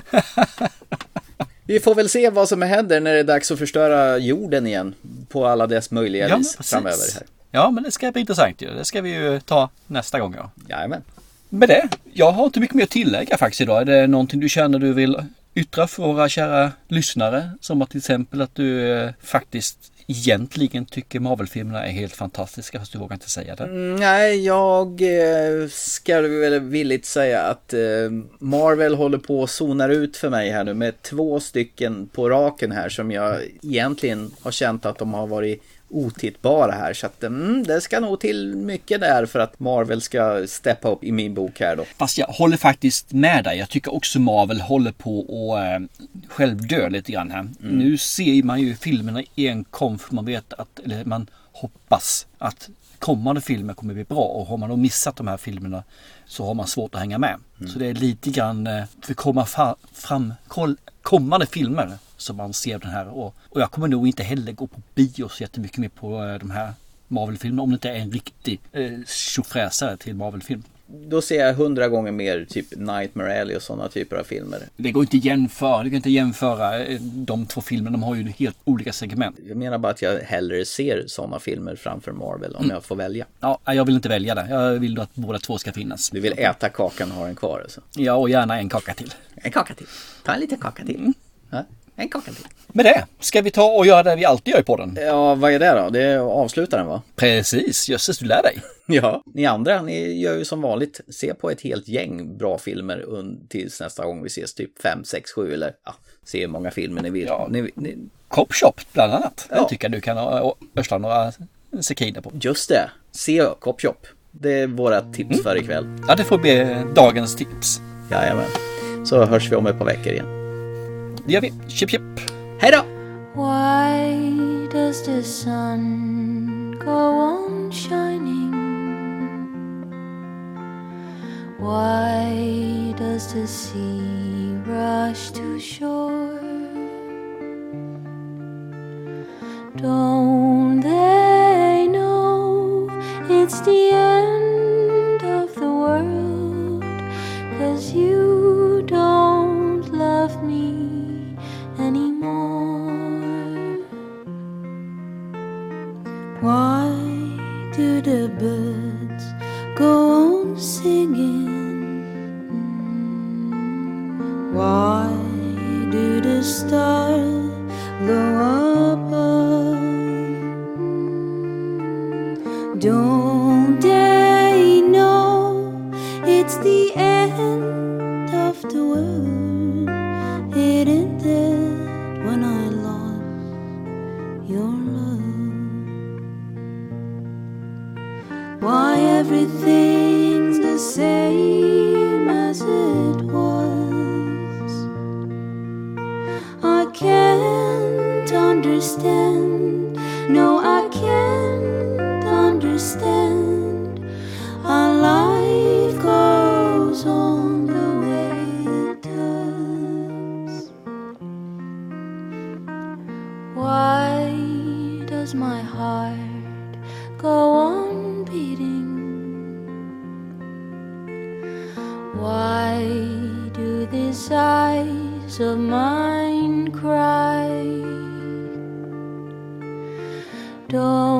Vi får väl se vad som händer när det är dags att förstöra jorden igen på alla dess möjliga ja, vis framöver här. Ja, men det ska bli intressant ju. Det ska vi ju ta nästa gång. Ja. Jajamän. Med det, jag har inte mycket mer att tillägga faktiskt idag. Är det någonting du känner du vill yttra för våra kära lyssnare? Som att till exempel att du eh, faktiskt egentligen tycker Marvel-filmerna är helt fantastiska, fast du vågar inte säga det. Mm, nej, jag eh, ska väl villigt säga att eh, Marvel håller på att zonar ut för mig här nu med två stycken på raken här som jag egentligen har känt att de har varit otittbara här, så att mm, det ska nog till mycket där för att Marvel ska steppa upp i min bok här då. Fast jag håller faktiskt med dig. Jag tycker också Marvel håller på att äh, själv dö lite grann här. Mm. Nu ser man ju filmerna enkom för man vet att, eller man hoppas att kommande filmer kommer bli bra, och har man då missat de här filmerna så har man svårt att hänga med. Mm. Så det är lite grann äh, för komma fa- fram koll, kommande filmer som man ser den här, och, och jag kommer nog inte heller gå på bio så jättemycket mer på äh, de här Marvel-filmerna om det inte är en riktig äh, tjofräsare till Marvel-film. Då ser jag hundra gånger mer typ Nightmare Alley och sådana typer av filmer. Det går inte att jämföra, det går inte att jämföra de två filmerna, de har ju helt olika segment. Jag menar bara att jag hellre ser sådana filmer framför Marvel om mm. jag får välja. Ja, jag vill inte välja det. Jag vill att båda två ska finnas. Du vill äta kakan och ha den kvar alltså? Ja, och gärna en kaka till. En kaka till. Ta en liten kaka till. Mm. Ja. En kaka till. Med det, ska vi ta och göra det vi alltid gör i podden? Ja, vad är det då? Det är avslutaren, va? Precis, jösses, du lär dig. Ja, ni andra, ni gör ju som vanligt. Se på ett helt gäng bra filmer und- tills nästa gång vi ses, typ fem, sex, sju eller ja, se hur många filmer ni vill. Ja, ni, ni... Cop Shop bland annat. Ja. Jag tycker du kan ha- örsla några sekunder på. Just det, se Cop Shop. Det är våra tips mm. för ikväll. Ja, det får bli dagens tips. Jajamän. Så hörs vi om ett par veckor igen. Det gör vi. Chip chip. Hej då! Why does the sun go on shining? Why does the sea rush to shore? Don't they know it's the end of the world? 'Cause you don't love me anymore. Why do the birds go on singing? Why do the stars go above? Don't they know it's the end of the world? It ended when I lost your love. Why everything's the same as it was? I can't understand. No, I can't understand. Our life goes on the way it does. Why does my heart go on beating? Why do these eyes of mine cry? Don't